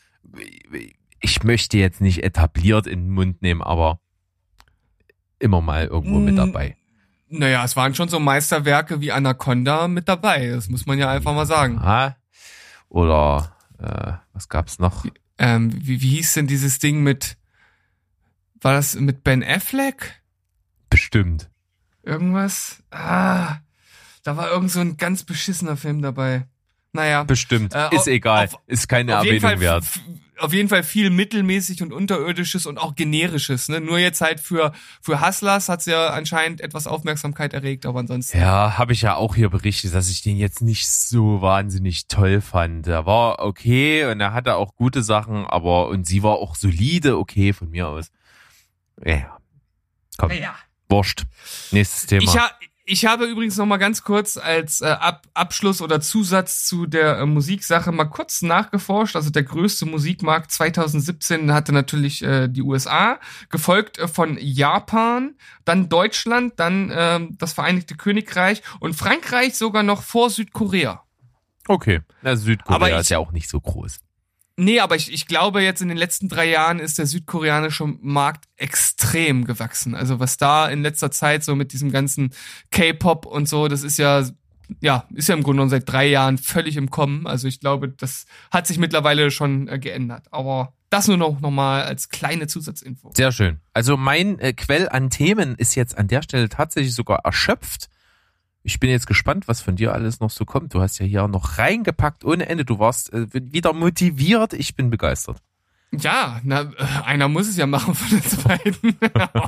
Ich möchte jetzt nicht etabliert in den Mund nehmen, aber immer mal irgendwo mit Mm. dabei. Naja, es waren schon so Meisterwerke wie Anaconda mit dabei. Das muss man ja einfach mal sagen. Aha. Oder äh, was gab's noch? Ähm, wie, wie hieß denn dieses Ding mit, war das mit Ben Affleck? Bestimmt. Irgendwas? Ah, da war irgend so ein ganz beschissener Film dabei. Naja. Bestimmt. Äh, ist auf- egal. auf- ist keine Auf jeden, Erwähnung Fall, wert. f- auf jeden Fall viel mittelmäßig und unterirdisches und auch generisches. Ne? Nur jetzt halt für für Hustlers hat's ja anscheinend etwas Aufmerksamkeit erregt, aber ansonsten. Ja, habe ich ja auch hier berichtet, dass ich den jetzt nicht so wahnsinnig toll fand. Er war okay und er hatte auch gute Sachen, aber und sie war auch solide okay von mir aus. Ja, komm, Ja. wurscht. Nächstes Thema. Ich, ha ich habe übrigens noch mal ganz kurz als äh, Ab Abschluss oder Zusatz zu der äh, Musiksache mal kurz nachgeforscht. Also der größte Musikmarkt zwanzig siebzehn hatte natürlich äh, die U S A, gefolgt äh, von Japan, dann Deutschland, dann äh, das Vereinigte Königreich und Frankreich sogar noch vor Südkorea. okay, na, Südkorea Aber ich- ist ja auch nicht so groß. Nee, aber ich, ich glaube, jetzt in den letzten drei Jahren ist der südkoreanische Markt extrem gewachsen. Also was da in letzter Zeit so mit diesem ganzen K-Pop und so, das ist ja, ja, ist ja im Grunde genommen seit drei Jahren völlig im Kommen. Also ich glaube, das hat sich mittlerweile schon äh, geändert. Aber das nur noch, noch mal als kleine Zusatzinfo. Sehr schön. Also mein äh, Quell an Themen ist jetzt an der Stelle tatsächlich sogar erschöpft. Ich bin jetzt gespannt, was von dir alles noch so kommt. Du hast ja hier noch reingepackt ohne Ende. Du warst äh, wieder motiviert. Ich bin begeistert. Ja, na, äh, einer muss es ja machen von den beiden.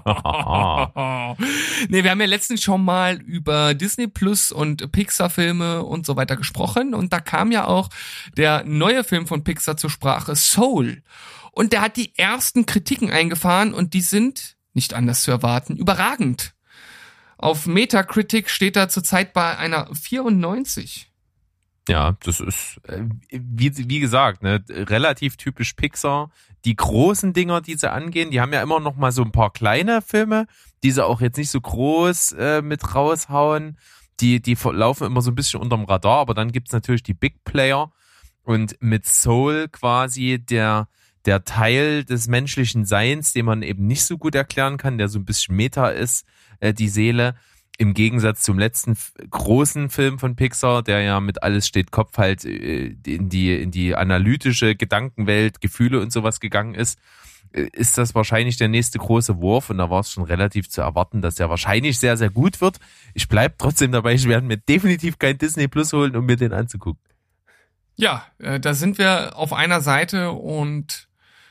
Nee, wir haben ja letztens schon mal über Disney Plus und Pixar-Filme und so weiter gesprochen und da kam ja auch der neue Film von Pixar zur Sprache, Soul. Und der hat die ersten Kritiken eingefahren und die sind, nicht anders zu erwarten, überragend. Auf Metacritic steht er zurzeit bei einer vierundneunzig. Ja, das ist, äh, wie, wie gesagt, ne, relativ typisch Pixar. Die großen Dinger, die sie angehen, die haben ja immer noch mal so ein paar kleine Filme, die sie auch jetzt nicht so groß äh, mit raushauen. Die, die laufen immer so ein bisschen unterm Radar, aber dann gibt's natürlich die Big Player. Und mit Soul quasi der, der Teil des menschlichen Seins, den man eben nicht so gut erklären kann, der so ein bisschen Meta ist, äh, die Seele. Im Gegensatz zum letzten f- großen Film von Pixar, der ja mit Alles steht Kopf halt äh, in die in die analytische Gedankenwelt, Gefühle und sowas gegangen ist, äh, ist das wahrscheinlich der nächste große Wurf und da war es schon relativ zu erwarten, dass der wahrscheinlich sehr, sehr gut wird. Ich bleib trotzdem dabei, ich werde mir definitiv kein Disney Plus holen, um mir den anzugucken. Ja, äh, da sind wir auf einer Seite und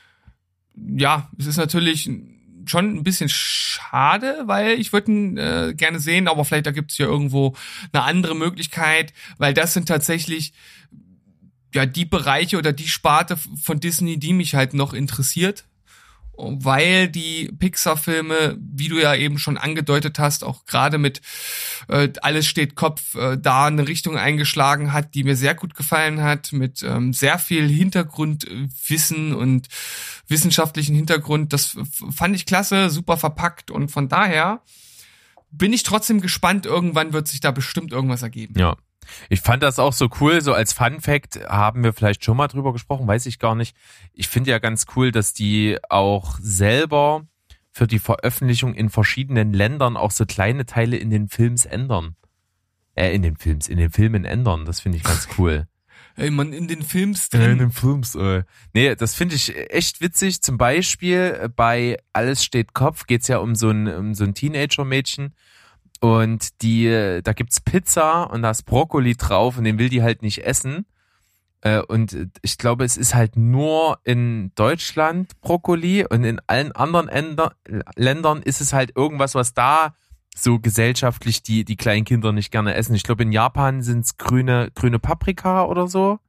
ja, es ist natürlich schon ein bisschen schade, weil ich würde ihn äh, gerne sehen, aber vielleicht da gibt es ja irgendwo eine andere Möglichkeit, weil das sind tatsächlich ja die Bereiche oder die Sparte von Disney, die mich halt noch interessiert, weil die Pixar-Filme, wie du ja eben schon angedeutet hast, auch gerade mit äh, Alles steht Kopf, äh, da eine Richtung eingeschlagen hat, die mir sehr gut gefallen hat, mit ähm, sehr viel Hintergrundwissen und wissenschaftlichen Hintergrund. Das f- fand ich klasse, super verpackt und von daher bin ich trotzdem gespannt, irgendwann wird sich da bestimmt irgendwas ergeben. Ja. Ich fand das auch so cool, so als Fun Fact haben wir vielleicht schon mal drüber gesprochen, weiß ich gar nicht. Ich finde ja ganz cool, dass die auch selber für die Veröffentlichung in verschiedenen Ländern auch so kleine Teile in den Films ändern. Äh, in den Films, in den Filmen ändern, das finde ich ganz cool. Ey, man, in den Films Ja, in drin. den Films, äh. Nee, das finde ich echt witzig. Zum Beispiel bei Alles steht Kopf geht's ja um so ein, um so ein Teenager-Mädchen. Und die, da gibt's Pizza und da ist Brokkoli drauf und den will die halt nicht essen. Und ich glaube, es ist halt nur in Deutschland Brokkoli und in allen anderen Änder, Ländern ist es halt irgendwas, was da so gesellschaftlich die, die kleinen Kinder nicht gerne essen. Ich glaube, in Japan sind's grüne, grüne Paprika oder so.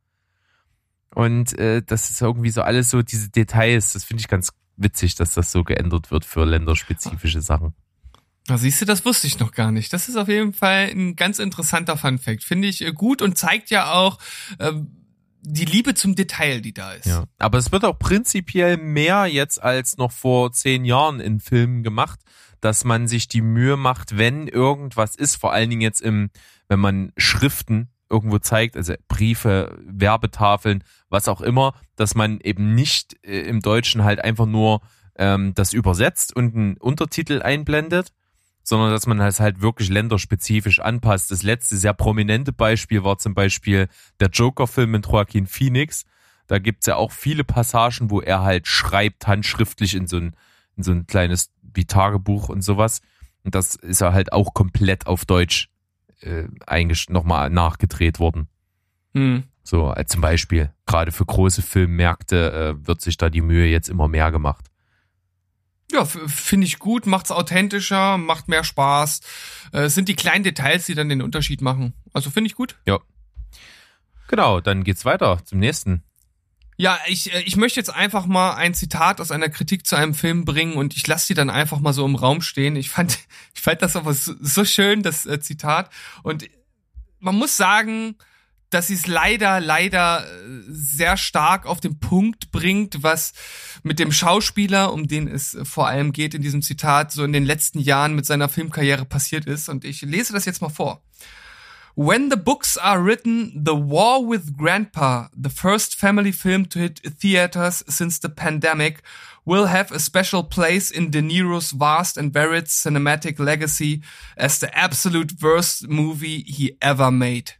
Und äh, das ist irgendwie so alles so diese Details. Das finde ich ganz witzig, dass das so geändert wird für länderspezifische Sachen. Na, siehst du, das wusste ich noch gar nicht. Das ist auf jeden Fall ein ganz interessanter Funfact. Finde ich äh, gut und zeigt ja auch äh, die Liebe zum Detail, die da ist. Ja. Aber es wird auch prinzipiell mehr jetzt als noch vor zehn Jahren in Filmen gemacht, dass man sich die Mühe macht, wenn irgendwas ist, vor allen Dingen jetzt im, wenn man Schriften irgendwo zeigt, also Briefe, Werbetafeln, was auch immer, dass man eben nicht äh, im Deutschen halt einfach nur ähm, das übersetzt und einen Untertitel einblendet, sondern dass man das halt wirklich länderspezifisch anpasst. Das letzte sehr prominente Beispiel war zum Beispiel der Joker-Film mit Joaquin Phoenix. Da gibt's ja auch viele Passagen, wo er halt schreibt, handschriftlich in so ein, in so ein kleines wie Tagebuch und sowas. Und das ist ja halt auch komplett auf Deutsch äh, eigentlich nochmal nachgedreht worden. Hm. So als zum Beispiel, gerade für große Filmmärkte äh, wird sich da die Mühe jetzt immer mehr gemacht. Ja, f- finde ich gut, macht's authentischer, macht mehr Spaß. Äh, Es sind die kleinen Details, die dann den Unterschied machen. Also finde ich gut. Ja. Genau, dann geht's weiter zum nächsten. Ja, ich, äh, ich möchte jetzt einfach mal ein Zitat aus einer Kritik zu einem Film bringen und ich lasse die dann einfach mal so im Raum stehen. Ich fand, ich fand das aber so, so schön, das äh, Zitat. Und man muss sagen, dass sie es leider, leider äh, sehr stark auf den Punkt bringt, was mit dem Schauspieler, um den es äh, vor allem geht in diesem Zitat, so in den letzten Jahren mit seiner Filmkarriere passiert ist. Und ich lese das jetzt mal vor. When the books are written, The War with Grandpa, the first family film to hit theaters since the pandemic, will have a special place in De Niro's vast and varied cinematic legacy as the absolute worst movie he ever made.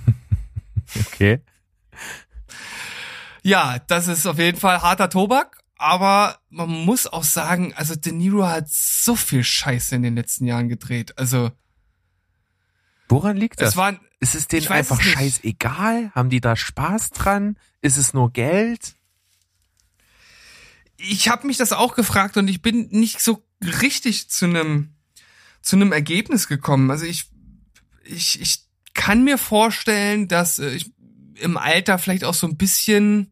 Okay. Ja, das ist auf jeden Fall harter Tobak, aber man muss auch sagen, also De Niro hat so viel Scheiße in den letzten Jahren gedreht. Also Woran liegt das? es war, Ist es denen ich weiß einfach es nicht. scheißegal? Haben die da Spaß dran? Ist es nur Geld? ich habe mich das auch gefragt und ich bin nicht so richtig zu einem zu einem Ergebnis gekommen. Also ich ich ich kann mir vorstellen, dass äh, ich im Alter vielleicht auch so ein bisschen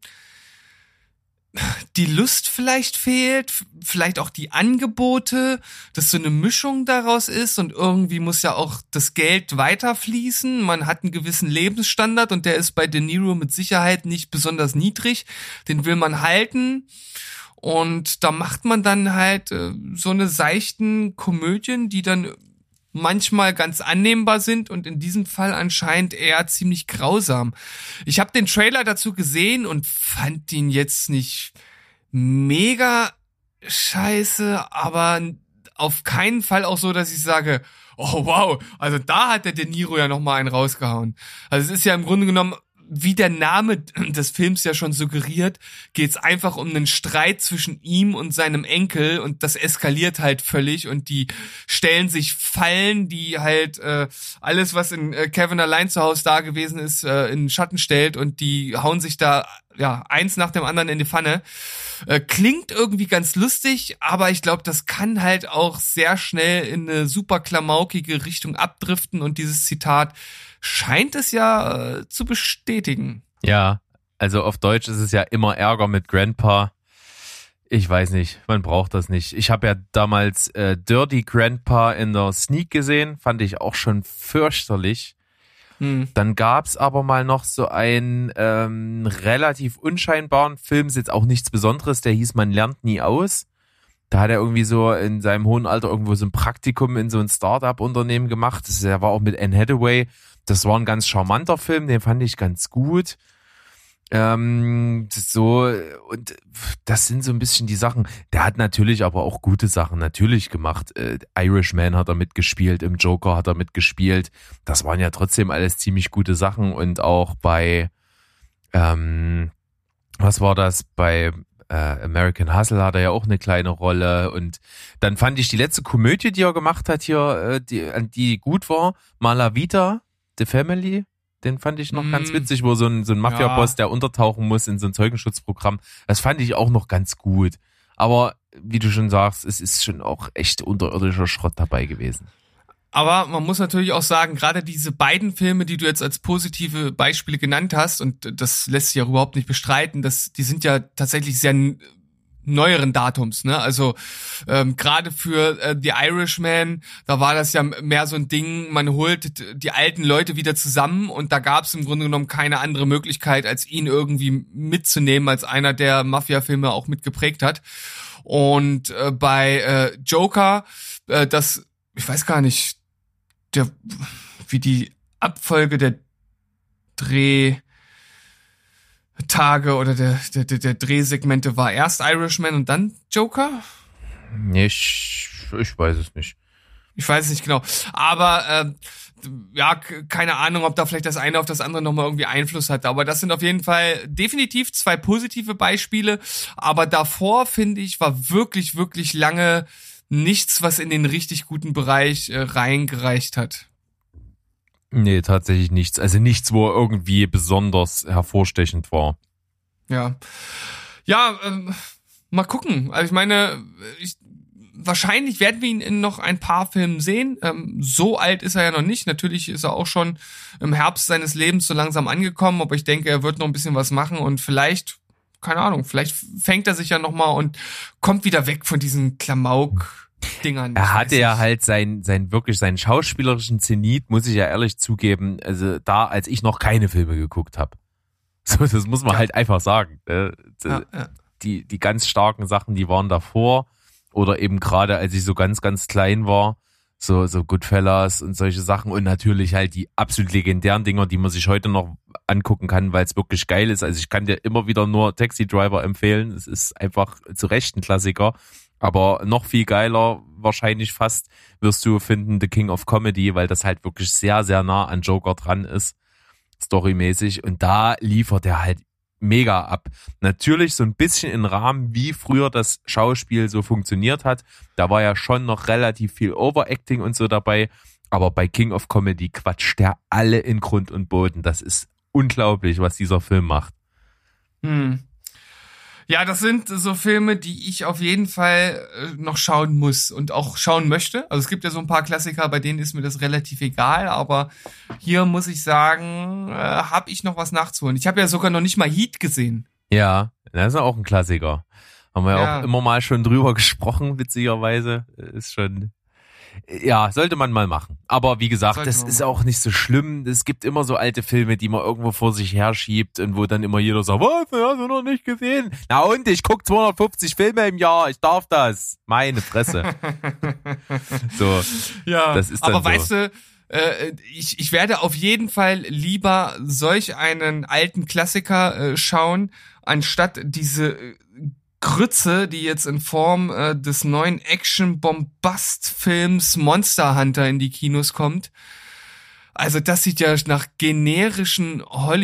die Lust vielleicht fehlt, vielleicht auch die Angebote, dass so eine Mischung daraus ist und irgendwie muss ja auch das Geld weiterfließen. Man hat einen gewissen Lebensstandard und der ist bei De Niro mit Sicherheit nicht besonders niedrig. Den will man halten und da macht man dann halt äh, so eine seichten Komödien, die dann manchmal ganz annehmbar sind und in diesem Fall anscheinend eher ziemlich grausam. Ich habe den Trailer dazu gesehen und fand ihn jetzt nicht mega scheiße, aber auf keinen Fall auch so, dass ich sage, oh wow, also da hat der De Niro ja nochmal einen rausgehauen. Also es ist ja im Grunde genommen, wie der Name des Films ja schon suggeriert, geht's einfach um einen Streit zwischen ihm und seinem Enkel und das eskaliert halt völlig und die stellen sich Fallen, die halt äh, alles, was in äh, Kevin allein zu Hause da gewesen ist, äh, in den Schatten stellt und die hauen sich da ja eins nach dem anderen in die Pfanne. Äh, klingt irgendwie ganz lustig, aber ich glaube, das kann halt auch sehr schnell in eine super klamaukige Richtung abdriften und dieses Zitat scheint es ja äh, zu bestätigen. Ja, also auf Deutsch ist es ja immer Ärger mit Grandpa. Ich weiß nicht, man braucht das nicht. Ich habe ja damals äh, Dirty Grandpa in der Sneak gesehen, fand ich auch schon fürchterlich. Hm. Dann gab's aber mal noch so einen ähm, relativ unscheinbaren Film, ist jetzt auch nichts Besonderes, der hieß Man lernt nie aus. Da hat er irgendwie so in seinem hohen Alter irgendwo so ein Praktikum in so ein Start-up-Unternehmen gemacht. Das, der war auch mit Anne Hathaway. Das war ein ganz charmanter Film, den fand ich ganz gut. Ähm, so, und das sind so ein bisschen die Sachen. Der hat natürlich aber auch gute Sachen natürlich gemacht. Äh, Irishman hat er mitgespielt, im Joker hat er mitgespielt. Das waren ja trotzdem alles ziemlich gute Sachen. Und auch bei, ähm, was war das? Bei äh, American Hustle hat er ja auch eine kleine Rolle. Und dann fand ich die letzte Komödie, die er gemacht hat hier, äh, die, die gut war, Malavita, The Family. Den fand ich noch mm. ganz witzig, wo so ein, so ein Mafia-Boss, ja. der untertauchen muss in so ein Zeugenschutzprogramm. Das fand ich auch noch ganz gut. Aber wie du schon sagst, es ist schon auch echt unterirdischer Schrott dabei gewesen. Aber man muss natürlich auch sagen, gerade diese beiden Filme, die du jetzt als positive Beispiele genannt hast, und das lässt sich ja überhaupt nicht bestreiten, dass die sind ja tatsächlich sehr neueren Datums, ne? Also ähm, gerade für äh, The Irishman, da war das ja mehr so ein Ding, man holt die alten Leute wieder zusammen und da gab es im Grunde genommen keine andere Möglichkeit, als ihn irgendwie mitzunehmen, als einer, der Mafia-Filme auch mitgeprägt hat. Und äh, bei äh, Joker, äh, das, ich weiß gar nicht, der, wie die Abfolge der Dreh Tage oder der, der, der Drehsegmente war. Erst Irishman und dann Joker? Nee, ich, ich weiß es nicht. Ich weiß es nicht genau. Aber äh, ja, keine Ahnung, ob da vielleicht das eine auf das andere nochmal irgendwie Einfluss hat. Aber das sind auf jeden Fall definitiv zwei positive Beispiele. Aber davor, finde ich, war wirklich, wirklich lange nichts, was in den richtig guten Bereich äh, reingereicht hat. Nee, tatsächlich nichts. Also nichts, wo er irgendwie besonders hervorstechend war. Ja. Ja, ähm, mal gucken. Also ich meine, ich, wahrscheinlich werden wir ihn in noch ein paar Filmen sehen. Ähm, so alt ist er ja noch nicht. Natürlich ist er auch schon im Herbst seines Lebens so langsam angekommen. Aber ich denke, er wird noch ein bisschen was machen und vielleicht, keine Ahnung, vielleicht fängt er sich ja nochmal und kommt wieder weg von diesen Klamauk- Dingern. Er hatte ja halt sein, sein wirklich seinen schauspielerischen Zenit, muss ich ja ehrlich zugeben, also da, als ich noch keine Filme geguckt habe. So, das muss man ja. halt einfach sagen. Äh, ja, ja. Die, die ganz starken Sachen, die waren davor oder eben gerade, als ich so ganz, ganz klein war, so, so Goodfellas und solche Sachen und natürlich halt die absolut legendären Dinger, die man sich heute noch angucken kann, weil es wirklich geil ist. Also ich kann dir immer wieder nur Taxi Driver empfehlen. Es ist einfach zu Recht ein Klassiker. Aber noch viel geiler, wahrscheinlich fast, wirst du finden The King of Comedy, weil das halt wirklich sehr, sehr nah an Joker dran ist, storymäßig. Und da liefert er halt mega ab. Natürlich so ein bisschen im Rahmen, wie früher das Schauspiel so funktioniert hat. Da war ja schon noch relativ viel Overacting und so dabei. Aber bei King of Comedy quatscht der alle in Grund und Boden. Das ist unglaublich, was dieser Film macht. Hm. Ja, das sind so Filme, die ich auf jeden Fall äh, noch schauen muss und auch schauen möchte. Also es gibt ja so ein paar Klassiker, bei denen ist mir das relativ egal, aber hier muss ich sagen, äh, habe ich noch was nachzuholen. Ich habe ja sogar noch nicht mal Heat gesehen. Ja, das ist auch ein Klassiker. Haben wir ja, Ja. auch immer mal schon drüber gesprochen, witzigerweise. Ist schon, ja, sollte man mal machen. Aber wie gesagt, Sollte das man ist machen. auch nicht so schlimm. Es gibt immer so alte Filme, die man irgendwo vor sich herschiebt und wo dann immer jeder sagt, was, den hast du noch nicht gesehen? Na und, ich guck zweihundertfünfzig Filme im Jahr, ich darf das. Meine Fresse. So, Ja, das ist dann aber so. weißt du, äh, ich, ich werde auf jeden Fall lieber solch einen alten Klassiker äh, schauen, anstatt diese äh, Grütze, die jetzt in Form äh, des neuen Action-Bombast-Films Monster Hunter in die Kinos kommt. Also das sieht ja nach generischen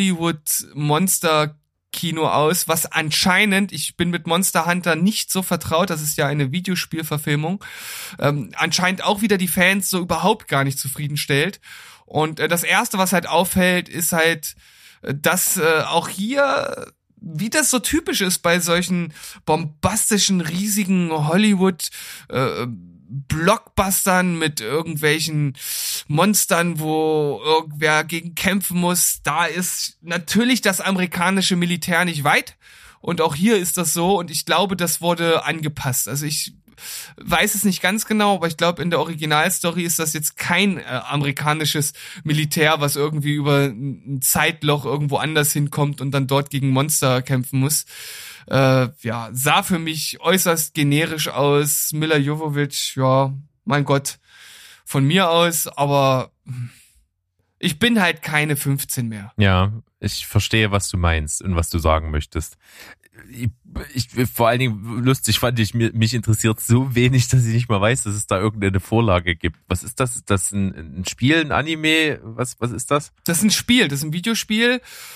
Hollywood-Monster-Kino aus, was anscheinend, ich bin mit Monster Hunter nicht so vertraut, das ist ja eine Videospielverfilmung, ähm, anscheinend auch wieder die Fans so überhaupt gar nicht zufriedenstellt. Und äh, das Erste, was halt auffällt, ist halt, äh, dass äh, auch hier, wie das so typisch ist bei solchen bombastischen, riesigen Hollywood äh, Blockbustern mit irgendwelchen Monstern, wo irgendwer gegen kämpfen muss, da ist natürlich das amerikanische Militär nicht weit. Und auch hier ist das so. Und ich glaube, das wurde angepasst. Also ich weiß es nicht ganz genau, aber ich glaube, in der Originalstory ist das jetzt kein äh, amerikanisches Militär, was irgendwie über ein Zeitloch irgendwo anders hinkommt und dann dort gegen Monster kämpfen muss. Äh, ja, sah für mich äußerst generisch aus. Milla Jovovich, ja, mein Gott, von mir aus, aber ich bin halt keine fünfzehn mehr. Ja, ich verstehe, was du meinst und was du sagen möchtest. Ich, ich, vor allen Dingen lustig fand ich, mich interessiert so wenig, dass ich nicht mal weiß, dass es da irgendeine Vorlage gibt. Was ist das? Ist das ein, ein Spiel, ein Anime? Was, was ist das? Das ist ein Spiel, das ist ein Videospiel.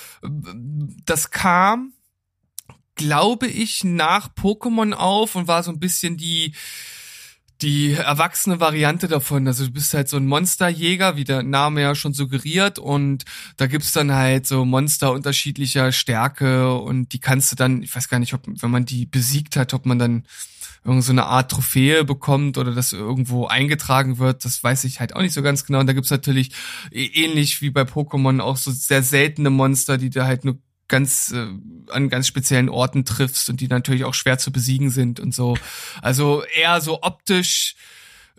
Das kam, glaube ich, nach Pokémon auf und war so ein bisschen die die erwachsene Variante davon. Also du bist halt so ein Monsterjäger, wie der Name ja schon suggeriert, und da gibt's dann halt so Monster unterschiedlicher Stärke und die kannst du dann, ich weiß gar nicht, ob, wenn man die besiegt hat, ob man dann irgend so eine Art Trophäe bekommt oder das irgendwo eingetragen wird, das weiß ich halt auch nicht so ganz genau. Und da gibt's natürlich ähnlich wie bei Pokémon auch so sehr seltene Monster, die da halt nur ganz äh, an ganz speziellen Orten triffst und die natürlich auch schwer zu besiegen sind und so. Also eher so optisch äh,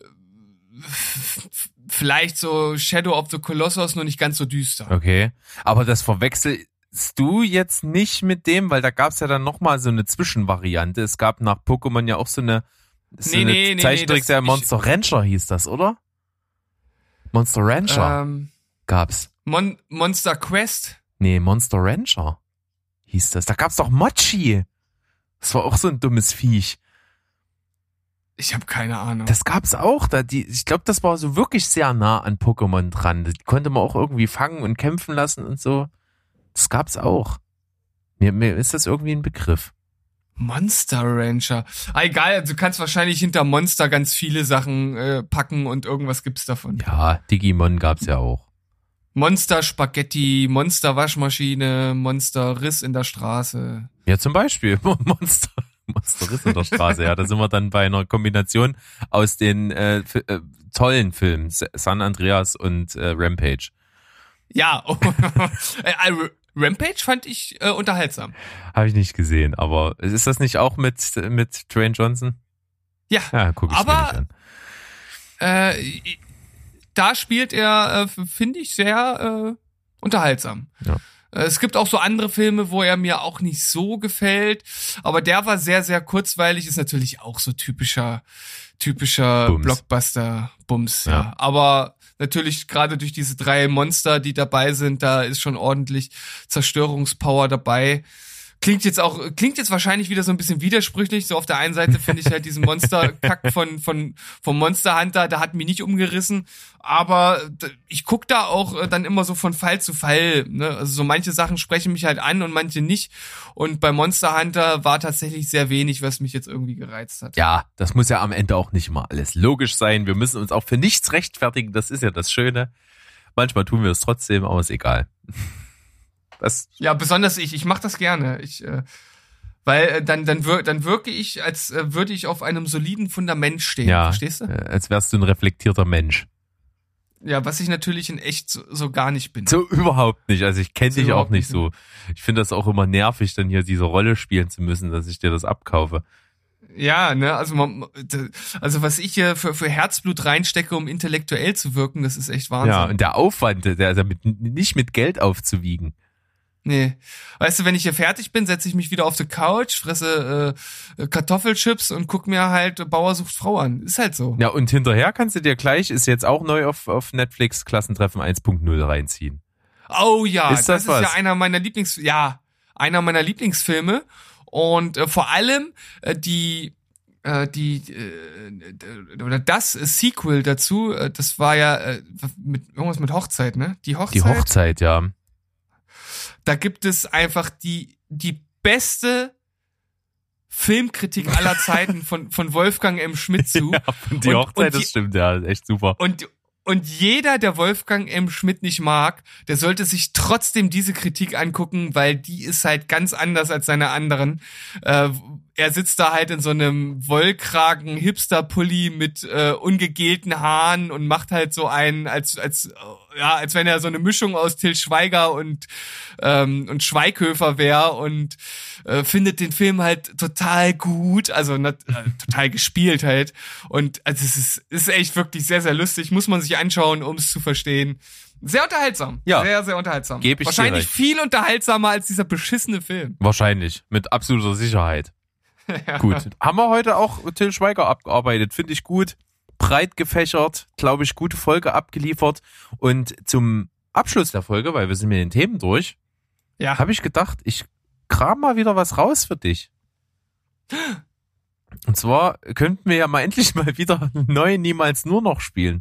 vielleicht so Shadow of the Colossus, nur nicht ganz so düster. Okay, aber das verwechselst du jetzt nicht mit dem, weil da gab's ja dann nochmal so eine Zwischenvariante. Es gab nach Pokémon ja auch so eine, so Nee, eine nee, nee, Zeichentrickserie, nee, das- Monster Rancher hieß das, oder? Monster Rancher Ähm, gab's. Mon- Monster Quest. Nee, Monster Rancher hieß das. Da gab's doch Mochi. Das war auch so ein dummes Viech. Ich habe keine Ahnung. Das gab's auch. Da die, ich glaube, das war so wirklich sehr nah an Pokémon dran. Die konnte man auch irgendwie fangen und kämpfen lassen und so. Das gab's auch. Mir, mir ist das irgendwie ein Begriff. Monster Rancher. Ah, egal, du kannst wahrscheinlich hinter Monster ganz viele Sachen äh, packen und irgendwas gibt's davon. Ja, Digimon gab's ja auch. Monster Spaghetti, Monster Waschmaschine, Monster Riss in der Straße. Ja, zum Beispiel Monster, Monster Riss in der Straße. Ja, da sind wir dann bei einer Kombination aus den äh, f- äh, tollen Filmen San Andreas und äh, Rampage. Ja, oh, äh, äh, Rampage fand ich äh, unterhaltsam. Habe ich nicht gesehen, aber ist das nicht auch mit mit Dwayne Johnson? Ja, Ja, guck ich aber mir nicht an. äh, da spielt er, äh, finde ich, sehr äh, unterhaltsam. Ja. Äh, Es gibt auch so andere Filme, wo er mir auch nicht so gefällt, aber der war sehr, sehr kurzweilig, ist natürlich auch so typischer, typischer Bums. Blockbuster-Bums. Ja. Ja. Aber natürlich gerade durch diese drei Monster, die dabei sind, da ist schon ordentlich Zerstörungspower dabei. Klingt jetzt auch, klingt jetzt wahrscheinlich wieder so ein bisschen widersprüchlich. So auf der einen Seite finde ich halt diesen Monster-Kack von, von, vom Monster Hunter, da hat mich nicht umgerissen. Aber ich guck da auch dann immer so von Fall zu Fall, ne? Also so manche Sachen sprechen mich halt an und manche nicht. Und bei Monster Hunter war tatsächlich sehr wenig, was mich jetzt irgendwie gereizt hat. Ja, das muss ja am Ende auch nicht immer alles logisch sein. Wir müssen uns auch für nichts rechtfertigen. Das ist ja das Schöne. Manchmal tun wir es trotzdem, aber ist egal. Das Ja, besonders ich. Ich mache das gerne. Ich, äh, Weil äh, dann dann wir, dann wirke ich, als äh, würde ich auf einem soliden Fundament stehen. Ja, Verstehst du? äh, als wärst du ein reflektierter Mensch. Ja, was ich natürlich in echt so, so gar nicht bin. So überhaupt nicht. Also ich kenne So dich auch überhaupt nicht nicht. so. Ich finde das auch immer nervig, dann hier diese Rolle spielen zu müssen, dass ich dir das abkaufe. Ja, ne, also man, also was ich hier für, für Herzblut reinstecke, um intellektuell zu wirken, das ist echt Wahnsinn. Ja, und der Aufwand, der ist ja mit, nicht mit Geld aufzuwiegen. Nee. Weißt du, wenn ich hier fertig bin, setze ich mich wieder auf die Couch, fresse äh, Kartoffelchips und guck mir halt Bauer sucht Frau an. Ist halt so. Ja, und hinterher kannst du dir gleich, ist jetzt auch neu auf, auf Netflix, Klassentreffen eins Punkt null reinziehen. Oh ja, Ist das das, was? ist ja einer meiner Lieblings, ja, einer meiner Lieblingsfilme. Und äh, vor allem äh, die äh, die äh, oder das Sequel dazu, äh, das war ja äh, mit irgendwas mit Hochzeit, ne? Die Hochzeit. Die Hochzeit, ja. Da gibt es einfach die die beste Filmkritik aller Zeiten von von Wolfgang M. Schmidt zu. Ja, und die Und- Hochzeit, und die- das stimmt, ja, echt super. Und Und jeder, der Wolfgang M. Schmidt nicht mag, der sollte sich trotzdem diese Kritik angucken, weil die ist halt ganz anders als seine anderen. Äh, er sitzt da halt in so einem Wollkragen Hipster-Pulli mit äh, ungegelten Haaren und macht halt so einen, als als äh, ja, als wenn er so eine Mischung aus Til Schweiger und ähm, und Schweighöfer wäre und äh, findet den Film halt total gut, also nat- äh, total gespielt halt. Und also es ist, ist echt wirklich sehr, sehr lustig, muss man sich anschauen, um es zu verstehen. Sehr unterhaltsam. Ja. Sehr, sehr unterhaltsam. Geb ich dir Wahrscheinlich recht. viel unterhaltsamer als dieser beschissene Film. Wahrscheinlich, mit absoluter Sicherheit. Ja. Gut. Haben wir heute auch Til Schweiger abgearbeitet, finde ich gut. Breit gefächert, glaube ich, gute Folge abgeliefert. Und zum Abschluss der Folge, weil wir sind mit den Themen durch, Ja. habe ich gedacht, ich kram mal wieder was raus für dich. Und zwar könnten wir ja mal endlich mal wieder neu Niemals nur noch spielen.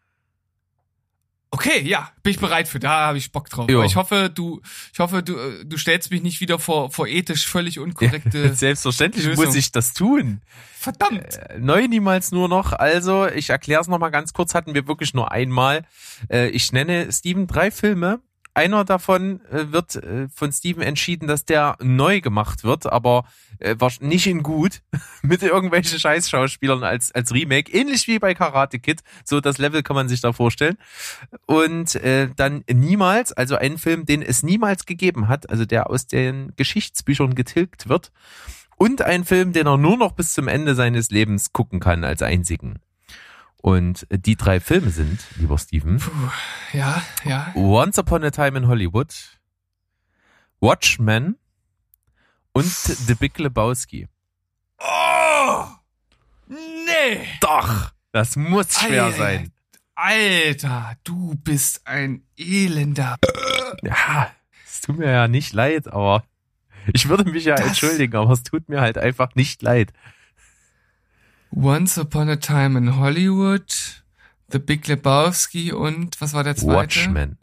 Okay, ja, bin ich bereit für. Da habe ich Bock drauf. Jo. Aber ich hoffe, du, ich hoffe, du, äh, du stellst mich nicht wieder vor, vor ethisch völlig unkorrekte. Selbstverständlich Lösung. muss ich das tun. Verdammt. Äh, Neu niemals nur noch. Also, ich erkläre es nochmal ganz kurz, hatten wir wirklich nur einmal. Äh, Ich nenne Steven drei Filme. Einer davon äh, wird äh, von Steven entschieden, dass der neu gemacht wird, aber äh, war nicht in gut, mit irgendwelchen Scheißschauspielern als als Remake, ähnlich wie bei Karate Kid. So das Level kann man sich da vorstellen. Und äh, dann niemals, also einen Film, den es niemals gegeben hat, also der aus den Geschichtsbüchern getilgt wird. Und ein Film, den er nur noch bis zum Ende seines Lebens gucken kann als einzigen. Und die drei Filme sind, lieber Steven, Puh, ja, ja. Once Upon a Time in Hollywood, Watchmen und The Big Lebowski. Oh! Nee! Doch, das muss schwer Ei, sein. Alter, du bist ein elender. Ja, es tut mir ja nicht leid, aber ich würde mich ja Das- entschuldigen, aber es tut mir halt einfach nicht leid. Once Upon a Time in Hollywood, The Big Lebowski und was war der zweite? Watchmen.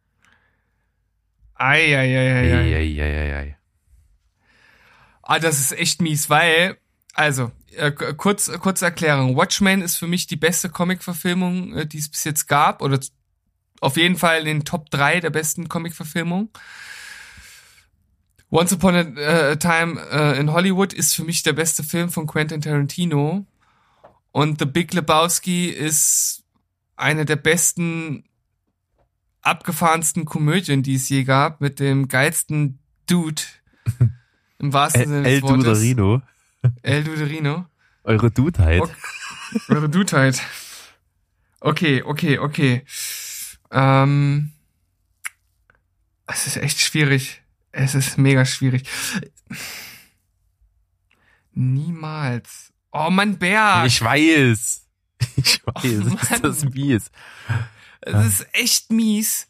Ei, ei, ei, ei, ei. Eieieiei. Ah, das ist echt mies, weil, also, äh, k- kurz, kurze Erklärung. Watchmen ist für mich die beste Comic-Verfilmung, äh, die es bis jetzt gab, oder z- auf jeden Fall in den Top drei der besten Comic-Verfilmungen. Once Upon a äh, Time äh, in Hollywood ist für mich der beste Film von Quentin Tarantino. Und The Big Lebowski ist eine der besten, abgefahrensten Komödien, die es je gab, mit dem geilsten Dude, im wahrsten El, Sinne El des Wortes. Duderino. El Duderino. Eure Dudeheit. Okay. Eure Dudeheit. Okay, okay, okay. Ähm, es ist echt schwierig. Es ist mega schwierig. Niemals. Oh Mann, Berg. Ich weiß. Ich weiß, Oh, ist das mies. Es ist echt mies.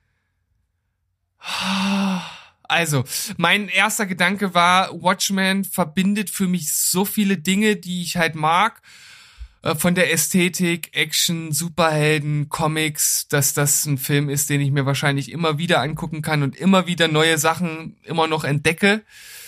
Also, mein erster Gedanke war, Watchmen verbindet für mich so viele Dinge, die ich halt mag. Äh, Von der Ästhetik, Action, Superhelden, Comics, dass das ein Film ist, den ich mir wahrscheinlich immer wieder angucken kann und immer wieder neue Sachen immer noch entdecke.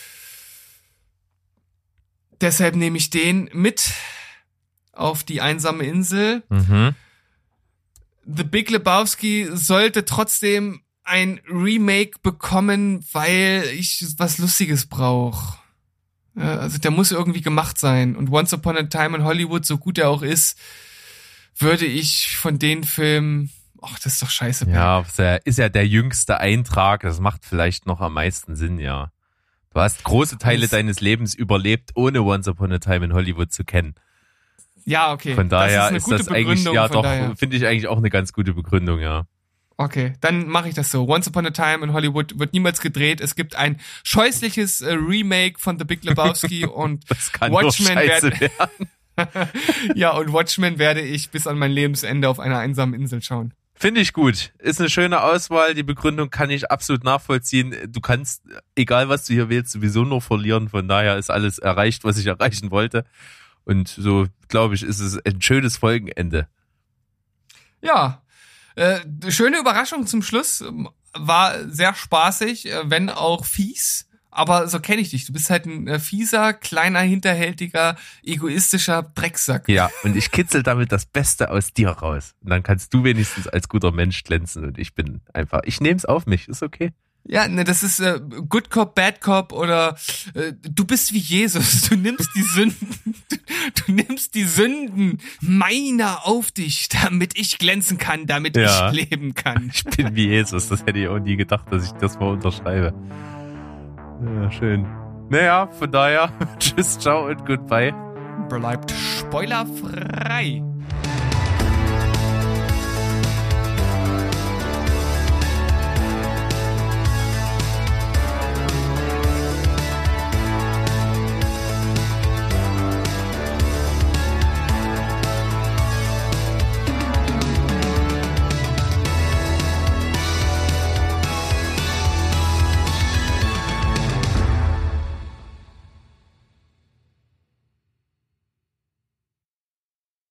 Deshalb nehme ich den mit auf die einsame Insel. Mhm. The Big Lebowski sollte trotzdem ein Remake bekommen, weil ich was Lustiges brauche. Äh, also der muss irgendwie gemacht sein. Und Once Upon a Time in Hollywood, so gut er auch ist, würde ich von den Filmen... Ach, das ist doch scheiße. Ja, ist ja, ist ja der jüngste Eintrag. Das macht vielleicht noch am meisten Sinn, ja. Du hast große Teile das deines Lebens überlebt, ohne Once Upon a Time in Hollywood zu kennen. Ja, okay. Von daher das ist, ist, ist das eigentlich, ja doch, finde ich eigentlich auch eine ganz gute Begründung, ja. Okay, dann mache ich das so. Once Upon a Time in Hollywood wird niemals gedreht. Es gibt ein scheußliches äh, Remake von The Big Lebowski und das kann Watchmen nur scheiße werden. werden. Ja, und Watchmen werde ich bis an mein Lebensende auf einer einsamen Insel schauen. Finde ich gut. Ist eine schöne Auswahl. Die Begründung kann ich absolut nachvollziehen. Du kannst, egal was du hier wählst, sowieso nur verlieren. Von daher ist alles erreicht, was ich erreichen wollte. Und so, glaube ich, ist es ein schönes Folgenende. Ja, äh, schöne Überraschung zum Schluss. War sehr spaßig, wenn auch fies. Aber so kenne ich dich. Du bist halt ein äh, fieser, kleiner, hinterhältiger, egoistischer Drecksack. Ja, und ich kitzel damit das Beste aus dir raus. Und dann kannst du wenigstens als guter Mensch glänzen. Und ich bin einfach, ich nehm's auf mich, ist okay. Ja, ne, das ist äh, Good Cop, Bad Cop oder äh, du bist wie Jesus. Du nimmst die Sünden, du, du nimmst die Sünden meiner auf dich, damit ich glänzen kann, damit Ja. ich leben kann. Ich bin wie Jesus. Das hätte ich auch nie gedacht, dass ich das mal unterschreibe. Ja, schön. Naja, von daher, tschüss, ciao und goodbye. Bleibt spoilerfrei.